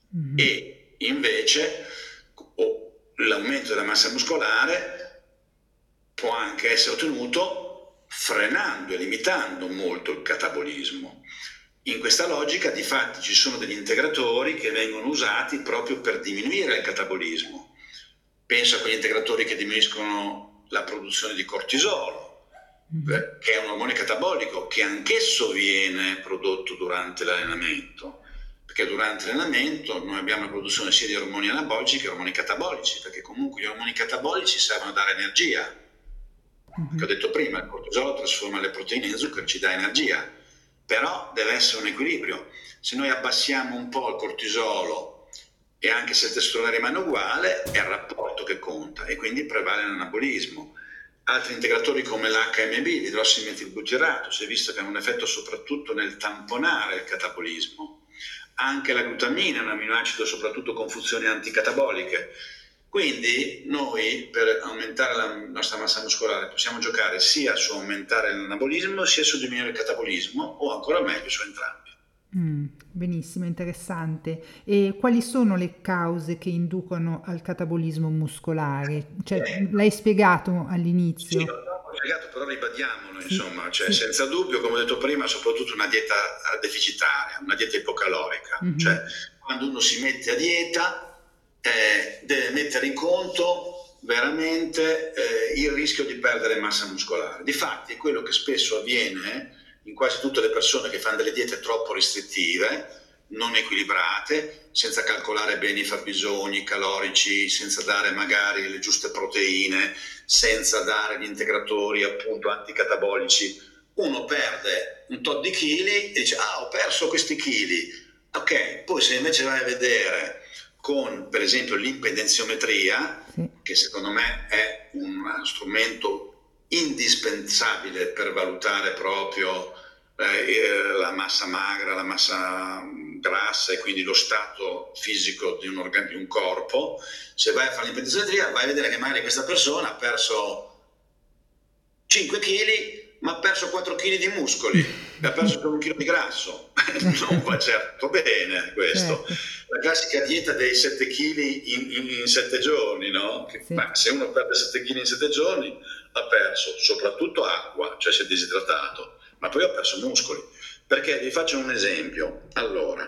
E invece l'aumento della massa muscolare può anche essere ottenuto frenando e limitando molto il catabolismo. In questa logica, difatti, ci sono degli integratori che vengono usati proprio per diminuire il catabolismo. Penso a quegli integratori che diminuiscono la produzione di cortisolo, che è un ormone catabolico che anch'esso viene prodotto durante l'allenamento, perché durante l'allenamento noi abbiamo la produzione sia di ormoni anabolici che ormoni catabolici, perché comunque gli ormoni catabolici servono a dare energia. Che ho detto prima, il cortisolo trasforma le proteine in zucchero, ci dà energia, però deve essere un equilibrio. Se noi abbassiamo un po' il cortisolo e anche se il testosterone rimane uguale, è il rapporto che conta e quindi prevale l'anabolismo. Altri integratori come l'HMB, l'idrossimetilbutirato, si è visto che hanno un effetto soprattutto nel tamponare il catabolismo. Anche la glutamina è un amminoacido soprattutto con funzioni anticataboliche. Quindi noi, per aumentare la nostra massa muscolare, possiamo giocare sia su aumentare l'anabolismo sia su diminuire il catabolismo, o ancora meglio su entrambi. Benissimo, interessante. E quali sono le cause che inducono al catabolismo muscolare? Cioè, l'hai spiegato all'inizio. Sì, l'ho spiegato, però ribadiamolo, insomma, cioè senza dubbio, come ho detto prima, soprattutto una dieta deficitaria, una dieta ipocalorica, cioè quando uno si mette a dieta deve mettere in conto veramente il rischio di perdere massa muscolare. Difatti è quello che spesso avviene in quasi tutte le persone che fanno delle diete troppo restrittive, non equilibrate, senza calcolare bene i fabbisogni calorici, senza dare magari le giuste proteine, senza dare gli integratori appunto anticatabolici. Uno perde un tot di chili e dice ho perso questi chili, ok, poi se invece vai a vedere con per esempio l'impedenziometria, che secondo me è un strumento indispensabile per valutare proprio la massa magra, la massa grassa e quindi lo stato fisico di un corpo, se vai a fare l'impedenziometria vai a vedere che magari questa persona ha perso 5 kg ma ha perso 4 kg di muscoli, ha perso solo 1 chilo di grasso. Non va certo bene questo. Certo. La classica dieta dei 7 kg in 7 giorni, no? Sì. Ma se uno perde 7 kg in 7 giorni ha perso soprattutto acqua, cioè si è disidratato, ma poi ha perso muscoli. Perché vi faccio un esempio. Allora,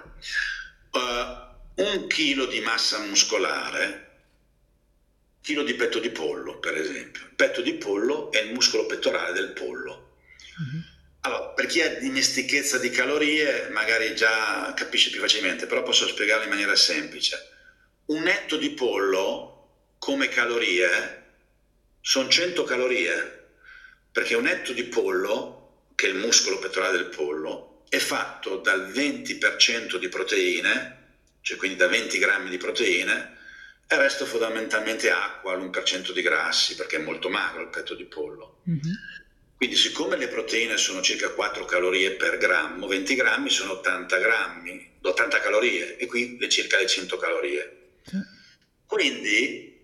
1 chilo di massa muscolare, chilo di petto di pollo, per esempio. Il petto di pollo è il muscolo pettorale del pollo. Allora, per chi ha dimestichezza di calorie, magari già capisce più facilmente, però posso spiegarlo in maniera semplice. Un etto di pollo, come calorie, sono 100 calorie, perché un etto di pollo, che è il muscolo pettorale del pollo, è fatto dal 20% di proteine, cioè quindi da 20 grammi di proteine, e il resto fondamentalmente acqua, l'1% di grassi, perché è molto magro il petto di pollo. Quindi siccome le proteine sono circa 4 calorie per grammo, 20 grammi sono 80 calorie, e qui circa le 100 calorie. Quindi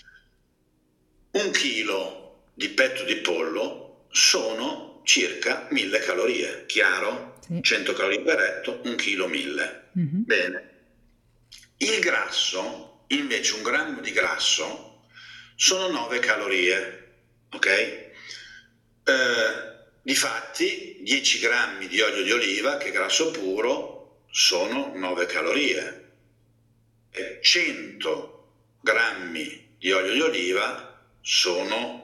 1 chilo di petto di pollo sono circa 1000 calorie, chiaro? 100 calorie per etto, 1 chilo 1000. Bene. Il grasso, invece, 1 grammo di grasso sono 9 calorie, ok? Difatti 10 grammi di olio di oliva, che è grasso puro, sono 9 calorie, e 100 grammi di olio di oliva sono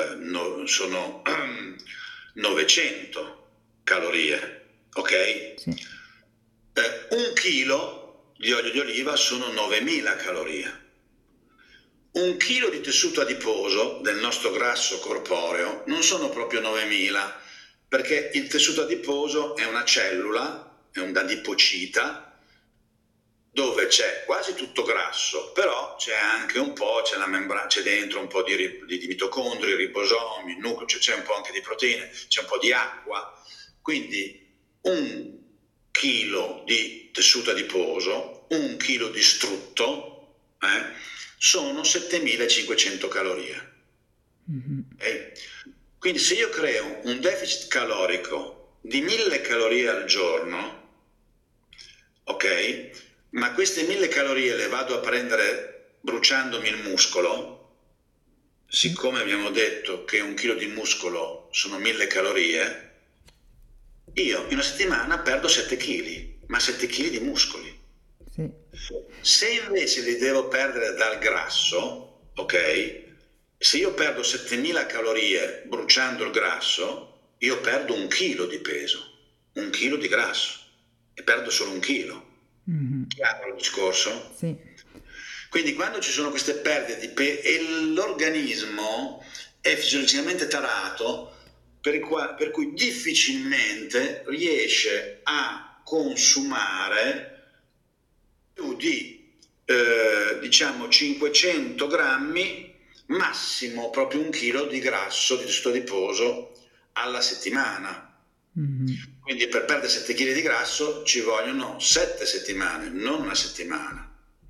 900 calorie, ok? 1 chilo di olio di oliva sono 9000 calorie. 1 chilo di tessuto adiposo del nostro grasso corporeo non sono proprio 9000, perché il tessuto adiposo è una cellula, è un adipocita, dove c'è quasi tutto grasso, però c'è anche un po', c'è la membrana, c'è dentro un po' di mitocondri, ribosomi, il nucleo, c'è un po' anche di proteine, c'è un po' di acqua. Quindi 1 chilo di tessuto adiposo, 1 chilo di strutto, sono 7500 calorie. Okay? Quindi se io creo un deficit calorico di 1000 calorie al giorno, ok? Ma queste 1000 calorie le vado a prendere bruciandomi il muscolo, siccome abbiamo detto che 1 chilo di muscolo sono 1000 calorie, io in una settimana perdo 7 kg, ma 7 kg di muscoli. Se invece li devo perdere dal grasso, ok? Se io perdo 7000 calorie bruciando il grasso, io perdo 1 chilo di peso, 1 chilo di grasso, e perdo solo 1 chilo. Chiaro il discorso? Sì. Quindi quando ci sono queste perdite di peso e l'organismo è fisiologicamente tarato, per cui difficilmente riesce a consumare più di 500 grammi, massimo proprio 1 chilo di grasso di tessuto adiposo alla settimana. Quindi per perdere 7 kg di grasso ci vogliono 7 settimane, non una settimana.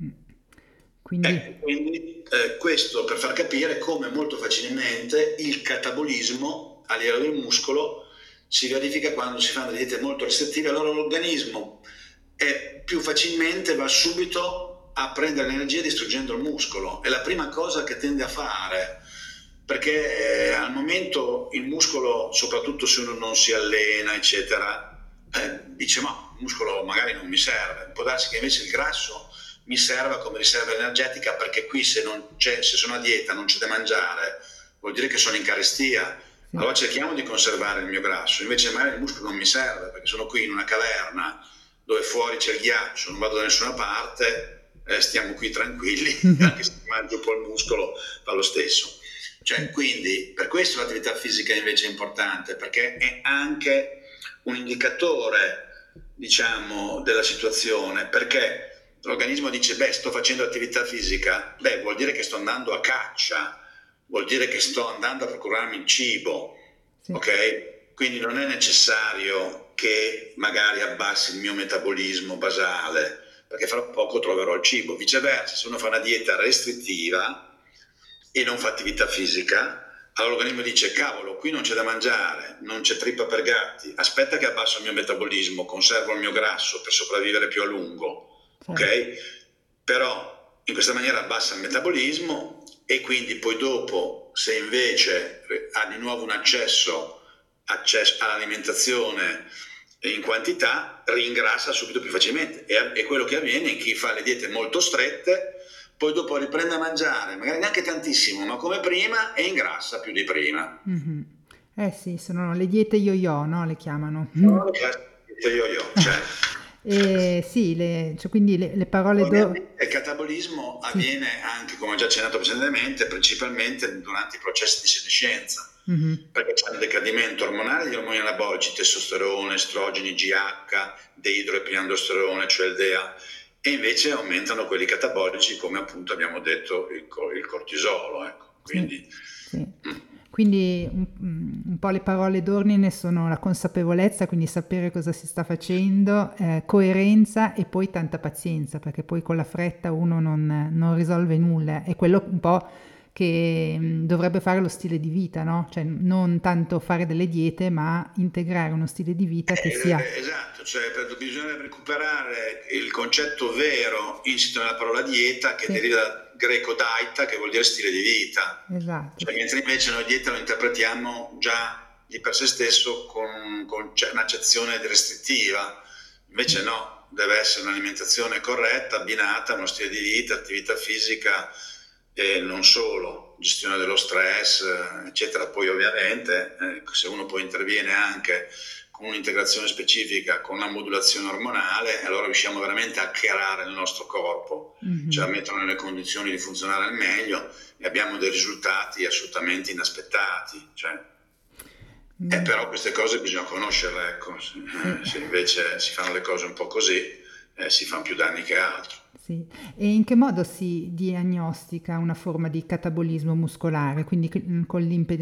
Quindi questo per far capire come molto facilmente il catabolismo a livello del muscolo si verifica quando si fanno diete molto restrittive. Allora l'organismo più facilmente va subito a prendere l'energia distruggendo il muscolo. È la prima cosa che tende a fare, perché al momento il muscolo, soprattutto se uno non si allena eccetera, dice ma il muscolo magari non mi serve, può darsi che invece il grasso mi serva come riserva energetica, perché qui se sono a dieta, non c'è da mangiare, vuol dire che sono in carestia, Sì. allora cerchiamo di conservare il mio grasso, invece magari il muscolo non mi serve perché sono qui in una caverna dove fuori c'è il ghiaccio, non vado da nessuna parte, stiamo qui tranquilli, anche se mangio un po' il muscolo fa lo stesso. Cioè, quindi per questo l'attività fisica invece è importante, perché è anche un indicatore, diciamo, della situazione, perché l'organismo dice, beh, sto facendo attività fisica, beh, vuol dire che sto andando a caccia, vuol dire che sto andando a procurarmi il cibo, Sì. ok? Quindi non è necessario che magari abbassi il mio metabolismo basale, perché fra poco troverò il cibo. Viceversa, se uno fa una dieta restrittiva e non fa attività fisica, allora l'organismo dice, cavolo, qui non c'è da mangiare, non c'è trippa per gatti, aspetta che abbasso il mio metabolismo, conservo il mio grasso per sopravvivere più a lungo, Certo. ok? Però in questa maniera abbassa il metabolismo e quindi poi dopo, se invece ha di nuovo un accesso all'alimentazione in quantità, ringrassa subito più facilmente. È quello che avviene in chi fa le diete molto strette, poi dopo riprende a mangiare, magari neanche tantissimo, ma come prima, e ingrassa più di prima. Mhm. Eh sì, sono le diete yo-yo, no? Le chiamano. No, io, cioè, Sì, cioè, quindi le parole ovviamente il catabolismo Sì. avviene anche, come ho già accennato precedentemente, principalmente durante i processi di senescenza, Mhm. perché c'è un decadimento ormonale di ormoni anabolici, testosterone, estrogeni, GH, deidroepiandrosterone, cioè il DEA, e invece aumentano quelli catabolici, come appunto abbiamo detto il cortisolo. Ecco. Sì, Quindi, sì. Quindi un po' le parole d'ordine sono la consapevolezza, quindi sapere cosa si sta facendo, coerenza e poi tanta pazienza, perché poi con la fretta uno non risolve nulla. È quello un po' che dovrebbe fare lo stile di vita, no? Cioè non tanto fare delle diete, ma integrare uno stile di vita che sia... esatto, cioè bisogna recuperare il concetto vero insito nella parola dieta, che Sì, deriva dal greco daita, che vuol dire stile di vita, esatto. cioè, mentre invece noi dieta lo interpretiamo già di per sé stesso con un'accezione restrittiva, Sì. invece no, deve essere un'alimentazione corretta, abbinata a uno stile di vita, attività fisica e non solo, gestione dello stress, eccetera. Poi ovviamente se uno poi interviene anche con un'integrazione specifica, con una modulazione ormonale, allora riusciamo veramente a creare il nostro corpo, cioè a Mhm. metterlo nelle condizioni di funzionare al meglio, e abbiamo dei risultati assolutamente inaspettati. Cioè, Mm, però queste cose bisogna conoscerle, ecco. sì. Se invece si fanno le cose un po' così, si fanno più danni che altro. Sì. E in che modo si diagnostica una forma di catabolismo muscolare, quindi con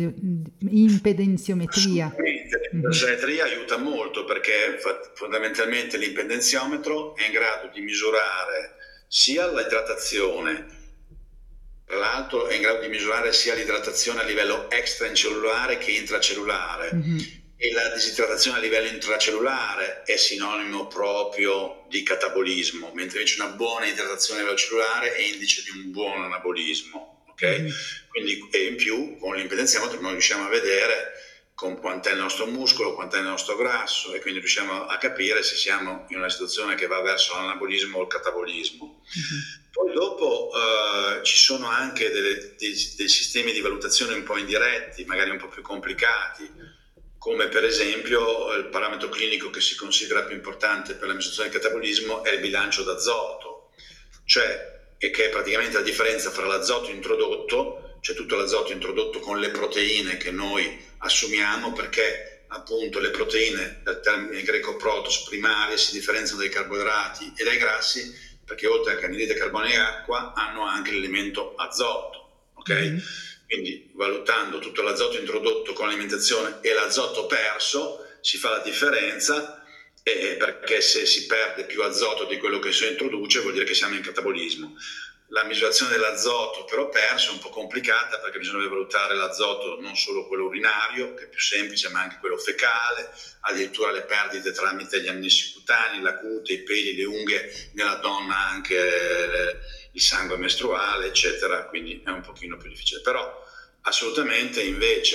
l'impedenziometria? Assolutamente, la Mhm. geometria aiuta molto perché fondamentalmente l'impedenziometro è in grado di misurare sia l'idratazione, tra l'altro è in grado di misurare sia l'idratazione a livello extracellulare che intracellulare, Mhm. e la disidratazione a livello intracellulare è sinonimo proprio di catabolismo, mentre invece una buona idratazione a livello cellulare è indice di un buon anabolismo. Okay? Mhm. Quindi, e in più con l'impedenziometro noi riusciamo a vedere con quant'è il nostro muscolo, quant'è il nostro grasso, e quindi riusciamo a capire se siamo in una situazione che va verso l'anabolismo o il catabolismo. Mhm. Poi dopo ci sono anche dei sistemi di valutazione un po' indiretti, magari un po' più complicati, come per esempio il parametro clinico che si considera più importante per la misurazione del catabolismo è il bilancio d'azoto, cioè che è praticamente la differenza fra l'azoto introdotto, cioè tutto l'azoto introdotto con le proteine che noi assumiamo, perché appunto le proteine, dal termine greco protos, primarie, si differenziano dai carboidrati e dai grassi, perché oltre a anidride carbonica e acqua hanno anche l'elemento azoto, ok? Mhm. Quindi valutando tutto l'azoto introdotto con l'alimentazione e l'azoto perso si fa la differenza, perché se si perde più azoto di quello che si introduce vuol dire che siamo in catabolismo. La misurazione dell'azoto però perso è un po' complicata, perché bisogna valutare l'azoto non solo quello urinario, che è più semplice, ma anche quello fecale, addirittura le perdite tramite gli annessi cutanei, la cute, i peli, le unghie, nella donna anche il sangue mestruale, eccetera, quindi è un pochino più difficile. Però assolutamente invece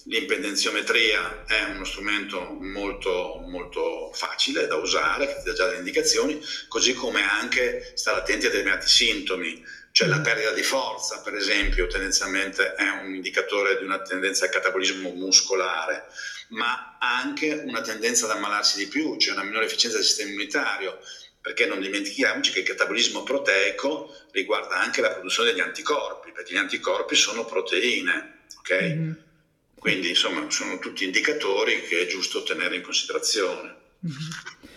L'impedenziometria è uno strumento molto, molto facile da usare, che ti dà già delle indicazioni, così come anche stare attenti a determinati sintomi, cioè la perdita di forza, per esempio, tendenzialmente è un indicatore di una tendenza al catabolismo muscolare, ma anche una tendenza ad ammalarsi di più, cioè una minore efficienza del sistema immunitario, perché non dimentichiamoci che il catabolismo proteico riguarda anche la produzione degli anticorpi, perché gli anticorpi sono proteine, ok? Mm-hmm. Quindi insomma sono tutti indicatori che è giusto tenere in considerazione. Mm-hmm.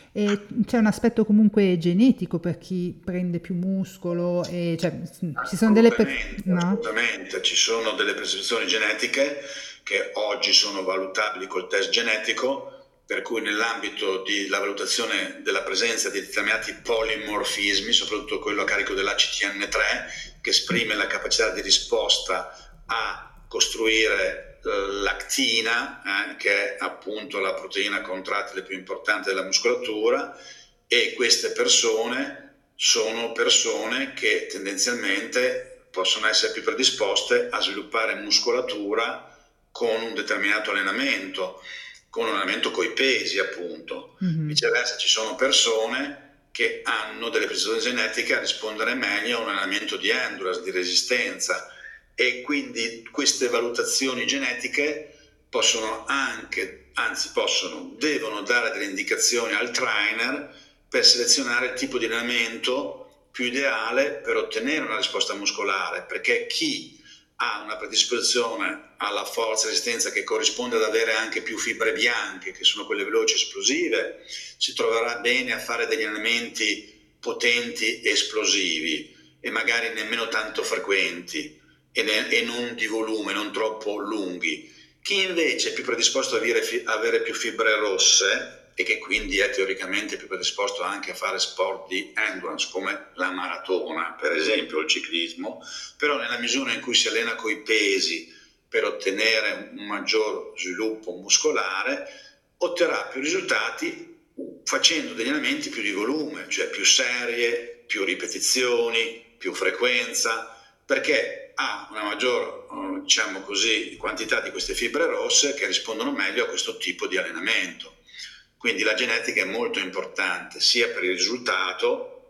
E c'è un aspetto comunque genetico per chi prende più muscolo, e cioè ci sono delle no? Assolutamente, ci sono delle prescrizioni genetiche che oggi sono valutabili col test genetico, per cui nell'ambito della valutazione della presenza di determinati polimorfismi, soprattutto quello a carico dell'ACTN3, che esprime la capacità di risposta a costruire l'actina, che è appunto la proteina contrattile più importante della muscolatura, e queste persone sono persone che tendenzialmente possono essere più predisposte a sviluppare muscolatura con un determinato allenamento, con un allenamento coi pesi appunto. Mm-hmm. Viceversa ci sono persone che hanno delle predisposizioni genetiche a rispondere meglio a un allenamento di endurance, di resistenza, e quindi queste valutazioni genetiche possono anche, anzi devono dare delle indicazioni al trainer per selezionare il tipo di allenamento più ideale per ottenere una risposta muscolare, perché chi ha una predisposizione alla forza e resistenza che corrisponde ad avere anche più fibre bianche, che sono quelle veloci e esplosive, si troverà bene a fare degli allenamenti potenti e esplosivi e magari nemmeno tanto frequenti e non di volume, non troppo lunghi. Chi invece è più predisposto a avere più fibre rosse e che quindi è teoricamente più predisposto anche a fare sport di endurance come la maratona, per esempio, il ciclismo, però nella misura in cui si allena coi pesi per ottenere un maggior sviluppo muscolare, otterrà più risultati facendo degli allenamenti più di volume, cioè più serie, più ripetizioni, più frequenza, perché ha una maggior, diciamo così, quantità di queste fibre rosse che rispondono meglio a questo tipo di allenamento. Quindi la genetica è molto importante sia per il risultato,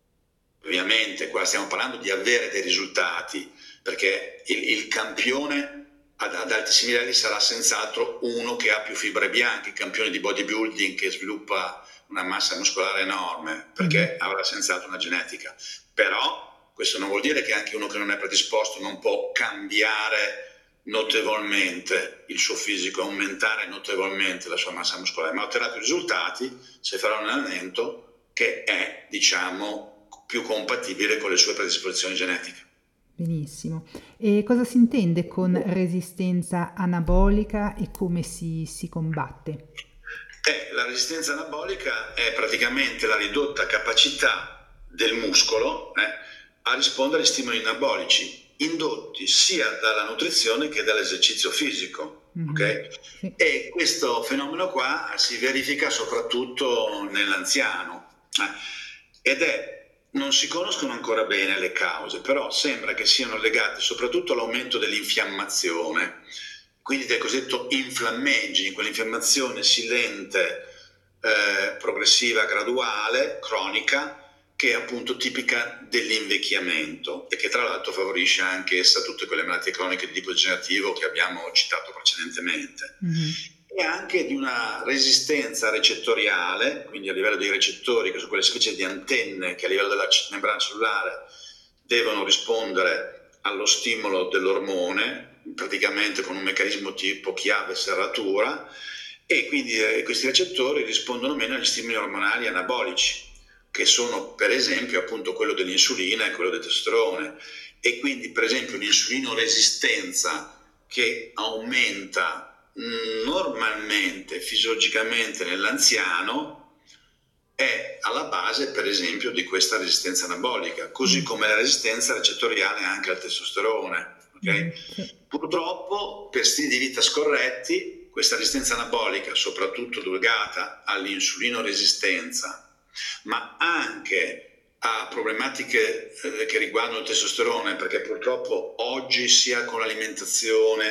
ovviamente qua stiamo parlando di avere dei risultati, perché il campione ad altissimi livelli sarà senz'altro uno che ha più fibre bianche, il campione di bodybuilding che sviluppa una massa muscolare enorme, perché avrà senz'altro una genetica. Però questo non vuol dire che anche uno che non è predisposto non può cambiare notevolmente il suo fisico, aumentare notevolmente la sua massa muscolare, ma otterrà più risultati se farà un allenamento che è, diciamo, più compatibile con le sue predisposizioni genetiche. Benissimo. E cosa si intende con resistenza anabolica e come si combatte? La resistenza anabolica è praticamente la ridotta capacità del muscolo a rispondere agli stimoli anabolici indotti sia dalla nutrizione che dall'esercizio fisico. Okay? Sì. E questo fenomeno qua si verifica soprattutto nell'anziano non si conoscono ancora bene le cause, però sembra che siano legate soprattutto all'aumento dell'infiammazione, quindi del cosiddetto inflammaging, quell'infiammazione silente, progressiva, graduale, cronica, che è appunto tipica dell'invecchiamento e che tra l'altro favorisce anche essa tutte quelle malattie croniche di tipo degenerativo che abbiamo citato precedentemente. Mm-hmm. E anche di una resistenza recettoriale, quindi a livello dei recettori, che sono quelle specie di antenne che a livello della membrana cellulare devono rispondere allo stimolo dell'ormone, praticamente con un meccanismo tipo chiave-serratura, e quindi questi recettori rispondono meno agli stimoli ormonali anabolici, che sono per esempio appunto quello dell'insulina e quello del testosterone. E quindi per esempio l'insulinoresistenza che aumenta normalmente, fisiologicamente nell'anziano, è alla base per esempio di questa resistenza anabolica, così come la resistenza recettoriale anche al testosterone. Okay? Purtroppo per stili di vita scorretti questa resistenza anabolica, soprattutto legata all'insulinoresistenza, ma anche a problematiche che riguardano il testosterone, perché purtroppo oggi sia con l'alimentazione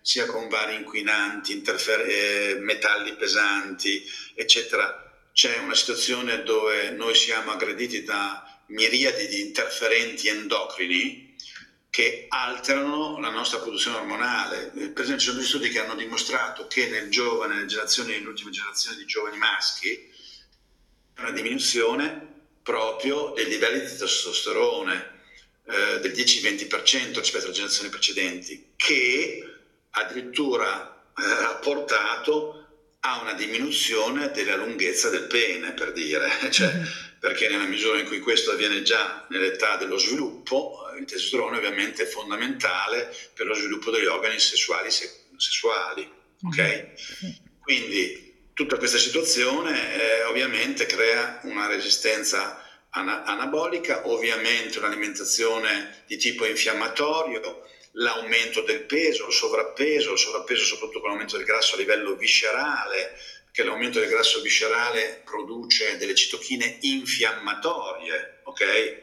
sia con vari inquinanti, metalli pesanti, eccetera. C'è una situazione dove noi siamo aggrediti da miriadi di interferenti endocrini che alterano la nostra produzione ormonale. Per esempio, ci sono degli studi che hanno dimostrato che nelle ultime generazioni di giovani maschi, una diminuzione proprio dei livelli di testosterone del 10-20% rispetto alle generazioni precedenti, che addirittura ha portato a una diminuzione della lunghezza del pene, per dire, cioè, perché nella misura in cui questo avviene già nell'età dello sviluppo, il testosterone ovviamente è fondamentale per lo sviluppo degli organi sessuali, ok? Quindi tutta questa situazione ovviamente crea una resistenza anabolica, ovviamente un'alimentazione di tipo infiammatorio, l'aumento del peso, il sovrappeso soprattutto con l'aumento del grasso a livello viscerale, perché l'aumento del grasso viscerale produce delle citochine infiammatorie, ok?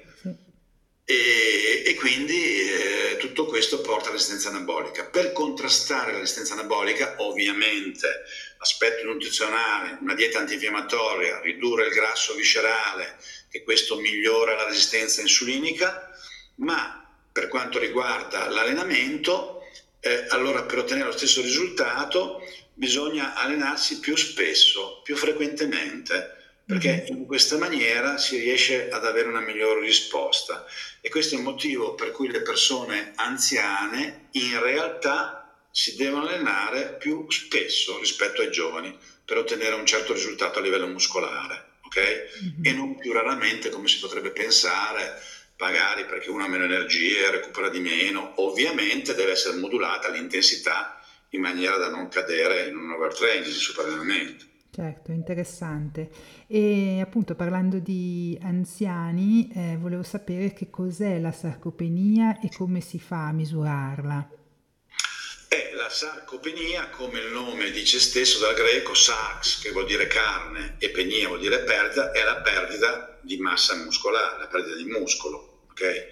E quindi tutto questo porta all'resistenza anabolica. Per contrastare la resistenza anabolica, ovviamente, l'aspetto nutrizionale, una dieta antinfiammatoria, ridurre il grasso viscerale, che questo migliora la resistenza insulinica, ma per quanto riguarda l'allenamento, allora per ottenere lo stesso risultato bisogna allenarsi più spesso, più frequentemente, perché in questa maniera si riesce ad avere una migliore risposta. E questo è il motivo per cui le persone anziane in realtà si devono allenare più spesso rispetto ai giovani per ottenere un certo risultato a livello muscolare, ok? E non più raramente come si potrebbe pensare, magari perché uno ha meno energie, recupera di meno. Ovviamente deve essere modulata l'intensità in maniera da non cadere in un overtraining, in superallenamento. Certo, interessante. E appunto parlando di anziani, volevo sapere che cos'è la sarcopenia e come si fa a misurarla. La sarcopenia, come il nome dice stesso dal greco, sarx, che vuol dire carne, e penia vuol dire perdita, è la perdita di massa muscolare, la perdita di muscolo, ok?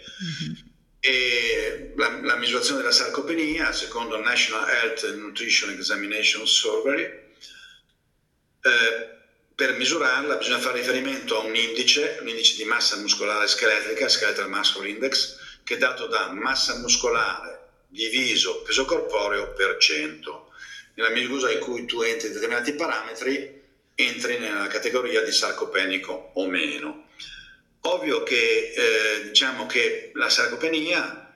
E la misurazione della sarcopenia, secondo il National Health and Nutrition Examination Survey, per misurarla bisogna fare riferimento a un indice di massa muscolare scheletrica, Skeletal Muscle Index, che è dato da massa muscolare diviso peso corporeo per 100. Nella misura in cui tu entri in determinati parametri, entri nella categoria di sarcopenico o meno. Ovvio che diciamo che la sarcopenia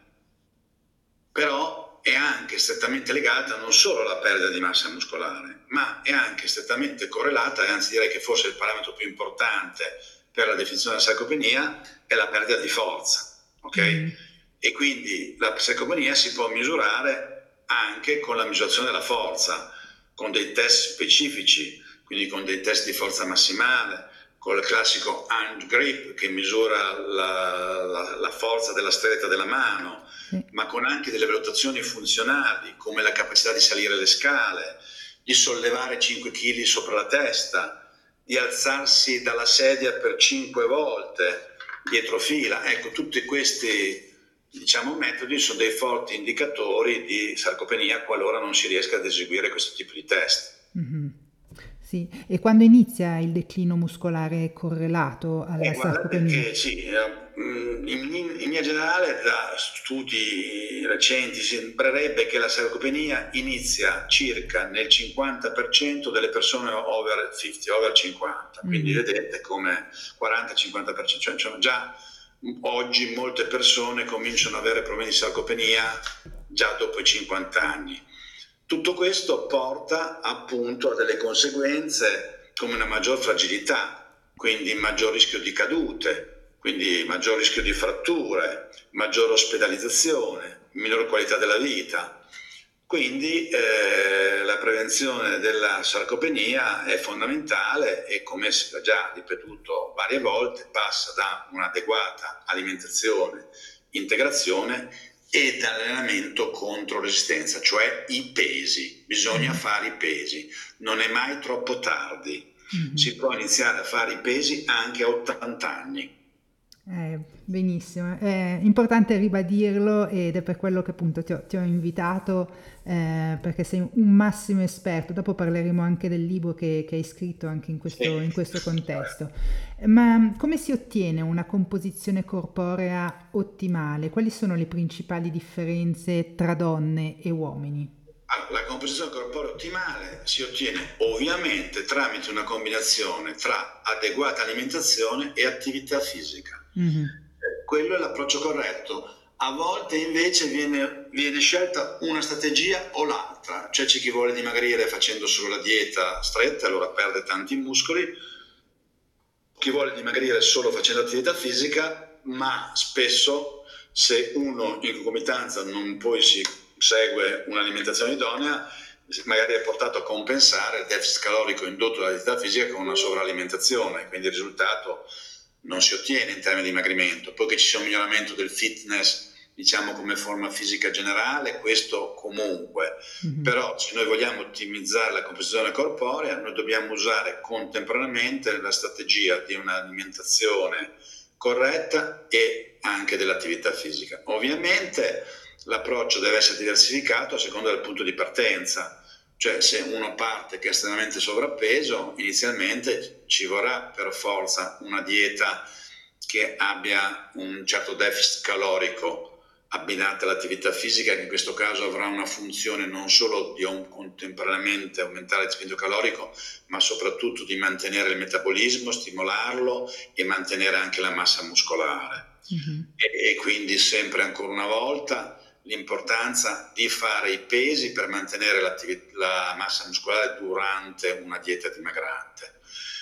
però è anche strettamente legata non solo alla perdita di massa muscolare, ma è anche strettamente correlata, e anzi direi che forse il parametro più importante per la definizione della sarcopenia è la perdita di forza, ok? E quindi la sarcopenia si può misurare anche con la misurazione della forza, con dei test specifici, quindi con dei test di forza massimale, con il classico hand grip che misura la forza della stretta della mano, ma con anche delle valutazioni funzionali come la capacità di salire le scale, di sollevare 5 kg sopra la testa, di alzarsi dalla sedia per 5 volte dietro fila. Ecco, tutti questi metodi sono dei forti indicatori di sarcopenia qualora non si riesca ad eseguire questo tipo di test. Sì, e quando inizia il declino muscolare correlato alla sarcopenia? Perché sì, in linea generale da studi recenti sembrerebbe che la sarcopenia inizia circa nel 50% delle persone over 50, over 50, quindi vedete come 40-50%, cioè già oggi molte persone cominciano ad avere problemi di sarcopenia già dopo i 50 anni. Tutto questo porta appunto a delle conseguenze come una maggior fragilità, quindi maggior rischio di cadute, quindi maggior rischio di fratture, maggior ospedalizzazione, minor qualità della vita. Quindi la prevenzione della sarcopenia è fondamentale e, come si è già ripetuto varie volte, passa da un'adeguata alimentazione, integrazione e dall'allenamento contro resistenza, cioè i pesi. Bisogna fare i pesi, non è mai troppo tardi. Si può iniziare a fare i pesi anche a 80 anni. Benissimo, è importante ribadirlo ed è per quello che appunto ti ho invitato, perché sei un massimo esperto. Dopo parleremo anche del libro che hai scritto anche Sì. in questo contesto. Ma come si ottiene una composizione corporea ottimale? Quali sono le principali differenze tra donne e uomini? Allora, la composizione corporea ottimale si ottiene ovviamente tramite una combinazione tra adeguata alimentazione e attività fisica. Mhm. Quello è l'approccio corretto. A volte invece viene scelta una strategia o l'altra, cioè c'è chi vuole dimagrire facendo solo la dieta stretta, allora perde tanti muscoli, chi vuole dimagrire solo facendo attività fisica, ma spesso se uno in concomitanza non poi si segue un'alimentazione idonea, magari è portato a compensare il deficit calorico indotto dall'attività fisica con una sovralimentazione, quindi il risultato non si ottiene in termini di dimagrimento. Poi che ci sia un miglioramento del fitness, diciamo come forma fisica generale, questo comunque. Mhm. Però se noi vogliamo ottimizzare la composizione corporea, noi dobbiamo usare contemporaneamente la strategia di un'alimentazione corretta e anche dell'attività fisica. Ovviamente l'approccio deve essere diversificato a seconda del punto di partenza, cioè se uno parte che è estremamente sovrappeso, inizialmente ci vorrà per forza una dieta che abbia un certo deficit calorico abbinata all'attività fisica, che in questo caso avrà una funzione non solo di contemporaneamente aumentare il spinto calorico, ma soprattutto di mantenere il metabolismo, stimolarlo e mantenere anche la massa muscolare. Mhm. E quindi sempre ancora una volta l'importanza di fare i pesi per mantenere la massa muscolare durante una dieta dimagrante.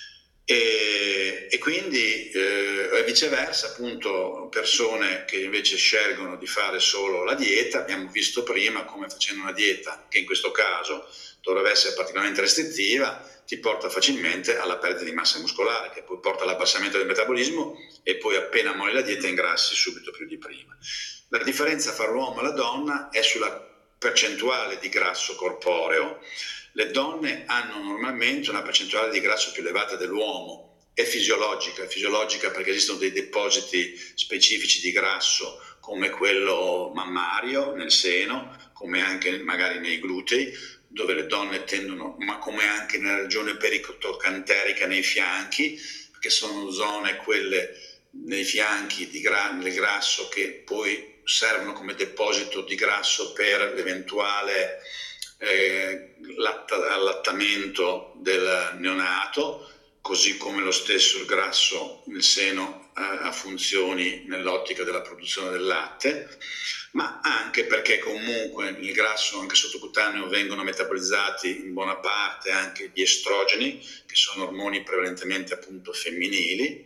E quindi viceversa, appunto, persone che invece scelgono di fare solo la dieta, abbiamo visto prima come facendo una dieta, che in questo caso dovrebbe essere particolarmente restrittiva, ti porta facilmente alla perdita di massa muscolare, che poi porta all'abbassamento del metabolismo e poi appena molli la dieta ingrassi subito più di prima. La differenza fra l'uomo e la donna è sulla percentuale di grasso corporeo. Le donne hanno normalmente una percentuale di grasso più elevata dell'uomo, è fisiologica perché esistono dei depositi specifici di grasso come quello mammario nel seno, come anche magari nei glutei, dove le donne tendono, ma come anche nella regione pericotocanterica nei fianchi, che sono zone quelle nei fianchi del grasso che poi servono come deposito di grasso per l'eventuale allattamento del neonato, così come lo stesso il grasso nel seno ha funzioni nell'ottica della produzione del latte, ma anche perché comunque il grasso anche sottocutaneo vengono metabolizzati in buona parte anche gli estrogeni, che sono ormoni prevalentemente appunto femminili,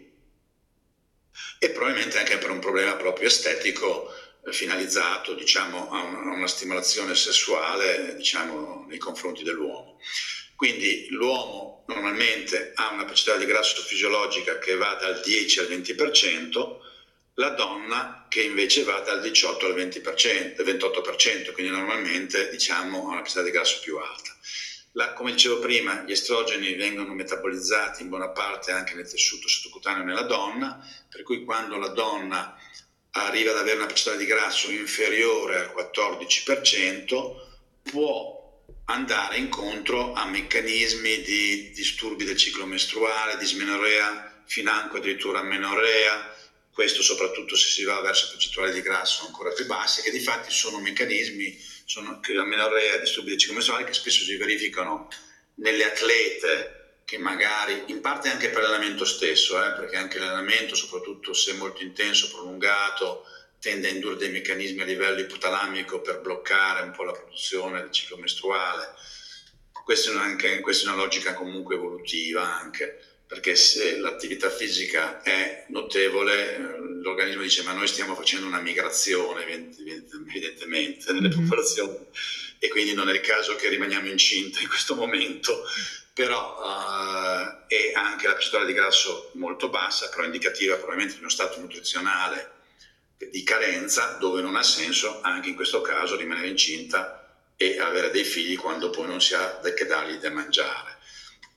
e probabilmente anche per un problema proprio estetico finalizzato, diciamo, a una stimolazione sessuale, diciamo, nei confronti dell'uomo. Quindi l'uomo normalmente ha una percentuale di grasso fisiologica che va dal 10 al 20%, la donna che invece va dal 18 al 20%, 28%, quindi normalmente diciamo ha una percentuale di grasso più alta. Come dicevo prima, gli estrogeni vengono metabolizzati in buona parte anche nel tessuto sottocutaneo nella donna, per cui quando la donna arriva ad avere una percentuale di grasso inferiore al 14%, può andare incontro a meccanismi di disturbi del ciclo mestruale, dismenorea, financo addirittura amenorrea, questo soprattutto se si va verso percentuali di grasso ancora più basse, che di fatti sono meccanismi, sono amenorrea, disturbi del ciclo mestruale, che spesso si verificano nelle atlete che magari, in parte anche per l'allenamento stesso, perché anche l'allenamento, soprattutto se molto intenso, prolungato, tende a indurre dei meccanismi a livello ipotalamico per bloccare un po' la produzione del ciclo mestruale. Questa è una logica comunque evolutiva anche, perché se l'attività fisica è notevole, l'organismo dice ma noi stiamo facendo una migrazione evidentemente nelle Mhm. popolazioni e quindi non è il caso che rimaniamo incinta in questo momento, però è anche la percentuale di grasso molto bassa, però indicativa probabilmente di uno stato nutrizionale di carenza, dove non ha senso anche in questo caso rimanere incinta e avere dei figli quando poi non si ha che dargli da mangiare.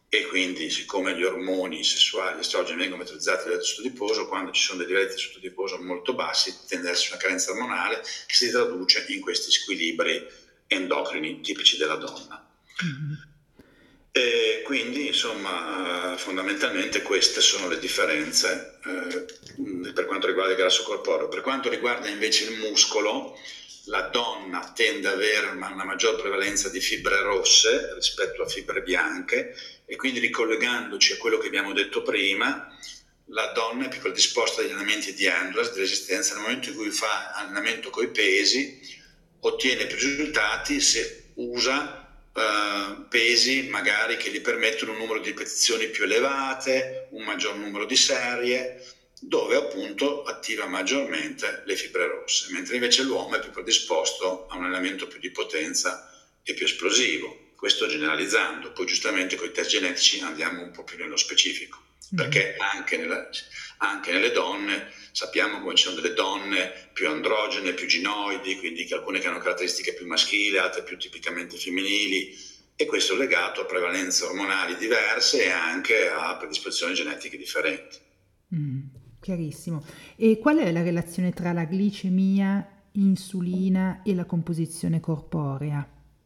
e quindi siccome gli ormoni sessuali estrogeni vengono metalizzati dal tessuto adiposo, quando ci sono dei livelli di tessuto adiposo molto bassi tende ad esserci una carenza ormonale che si traduce in questi squilibri endocrini tipici della donna. Mm-hmm. E quindi insomma fondamentalmente queste sono le differenze per quanto riguarda il grasso corporeo. Per quanto riguarda invece il muscolo, la donna tende ad avere una maggior prevalenza di fibre rosse rispetto a fibre bianche, e quindi ricollegandoci a quello che abbiamo detto prima, la donna è più predisposta agli allenamenti di endurance, di resistenza. Nel momento in cui fa allenamento coi pesi ottiene più risultati se usa pesi magari che gli permettono un numero di ripetizioni più elevate, un maggior numero di serie, dove appunto attiva maggiormente le fibre rosse, mentre invece l'uomo è più predisposto a un allenamento più di potenza e più esplosivo. Questo generalizzando, poi giustamente con i test genetici andiamo un po' più nello specifico, perché anche nelle donne sappiamo come ci sono delle donne più androgene, più ginoidi, quindi alcune che hanno caratteristiche più maschili, altre più tipicamente femminili, e questo è legato a prevalenze ormonali diverse e anche a predisposizioni genetiche differenti. Chiarissimo. E qual è la relazione tra la glicemia, insulina e la composizione corporea?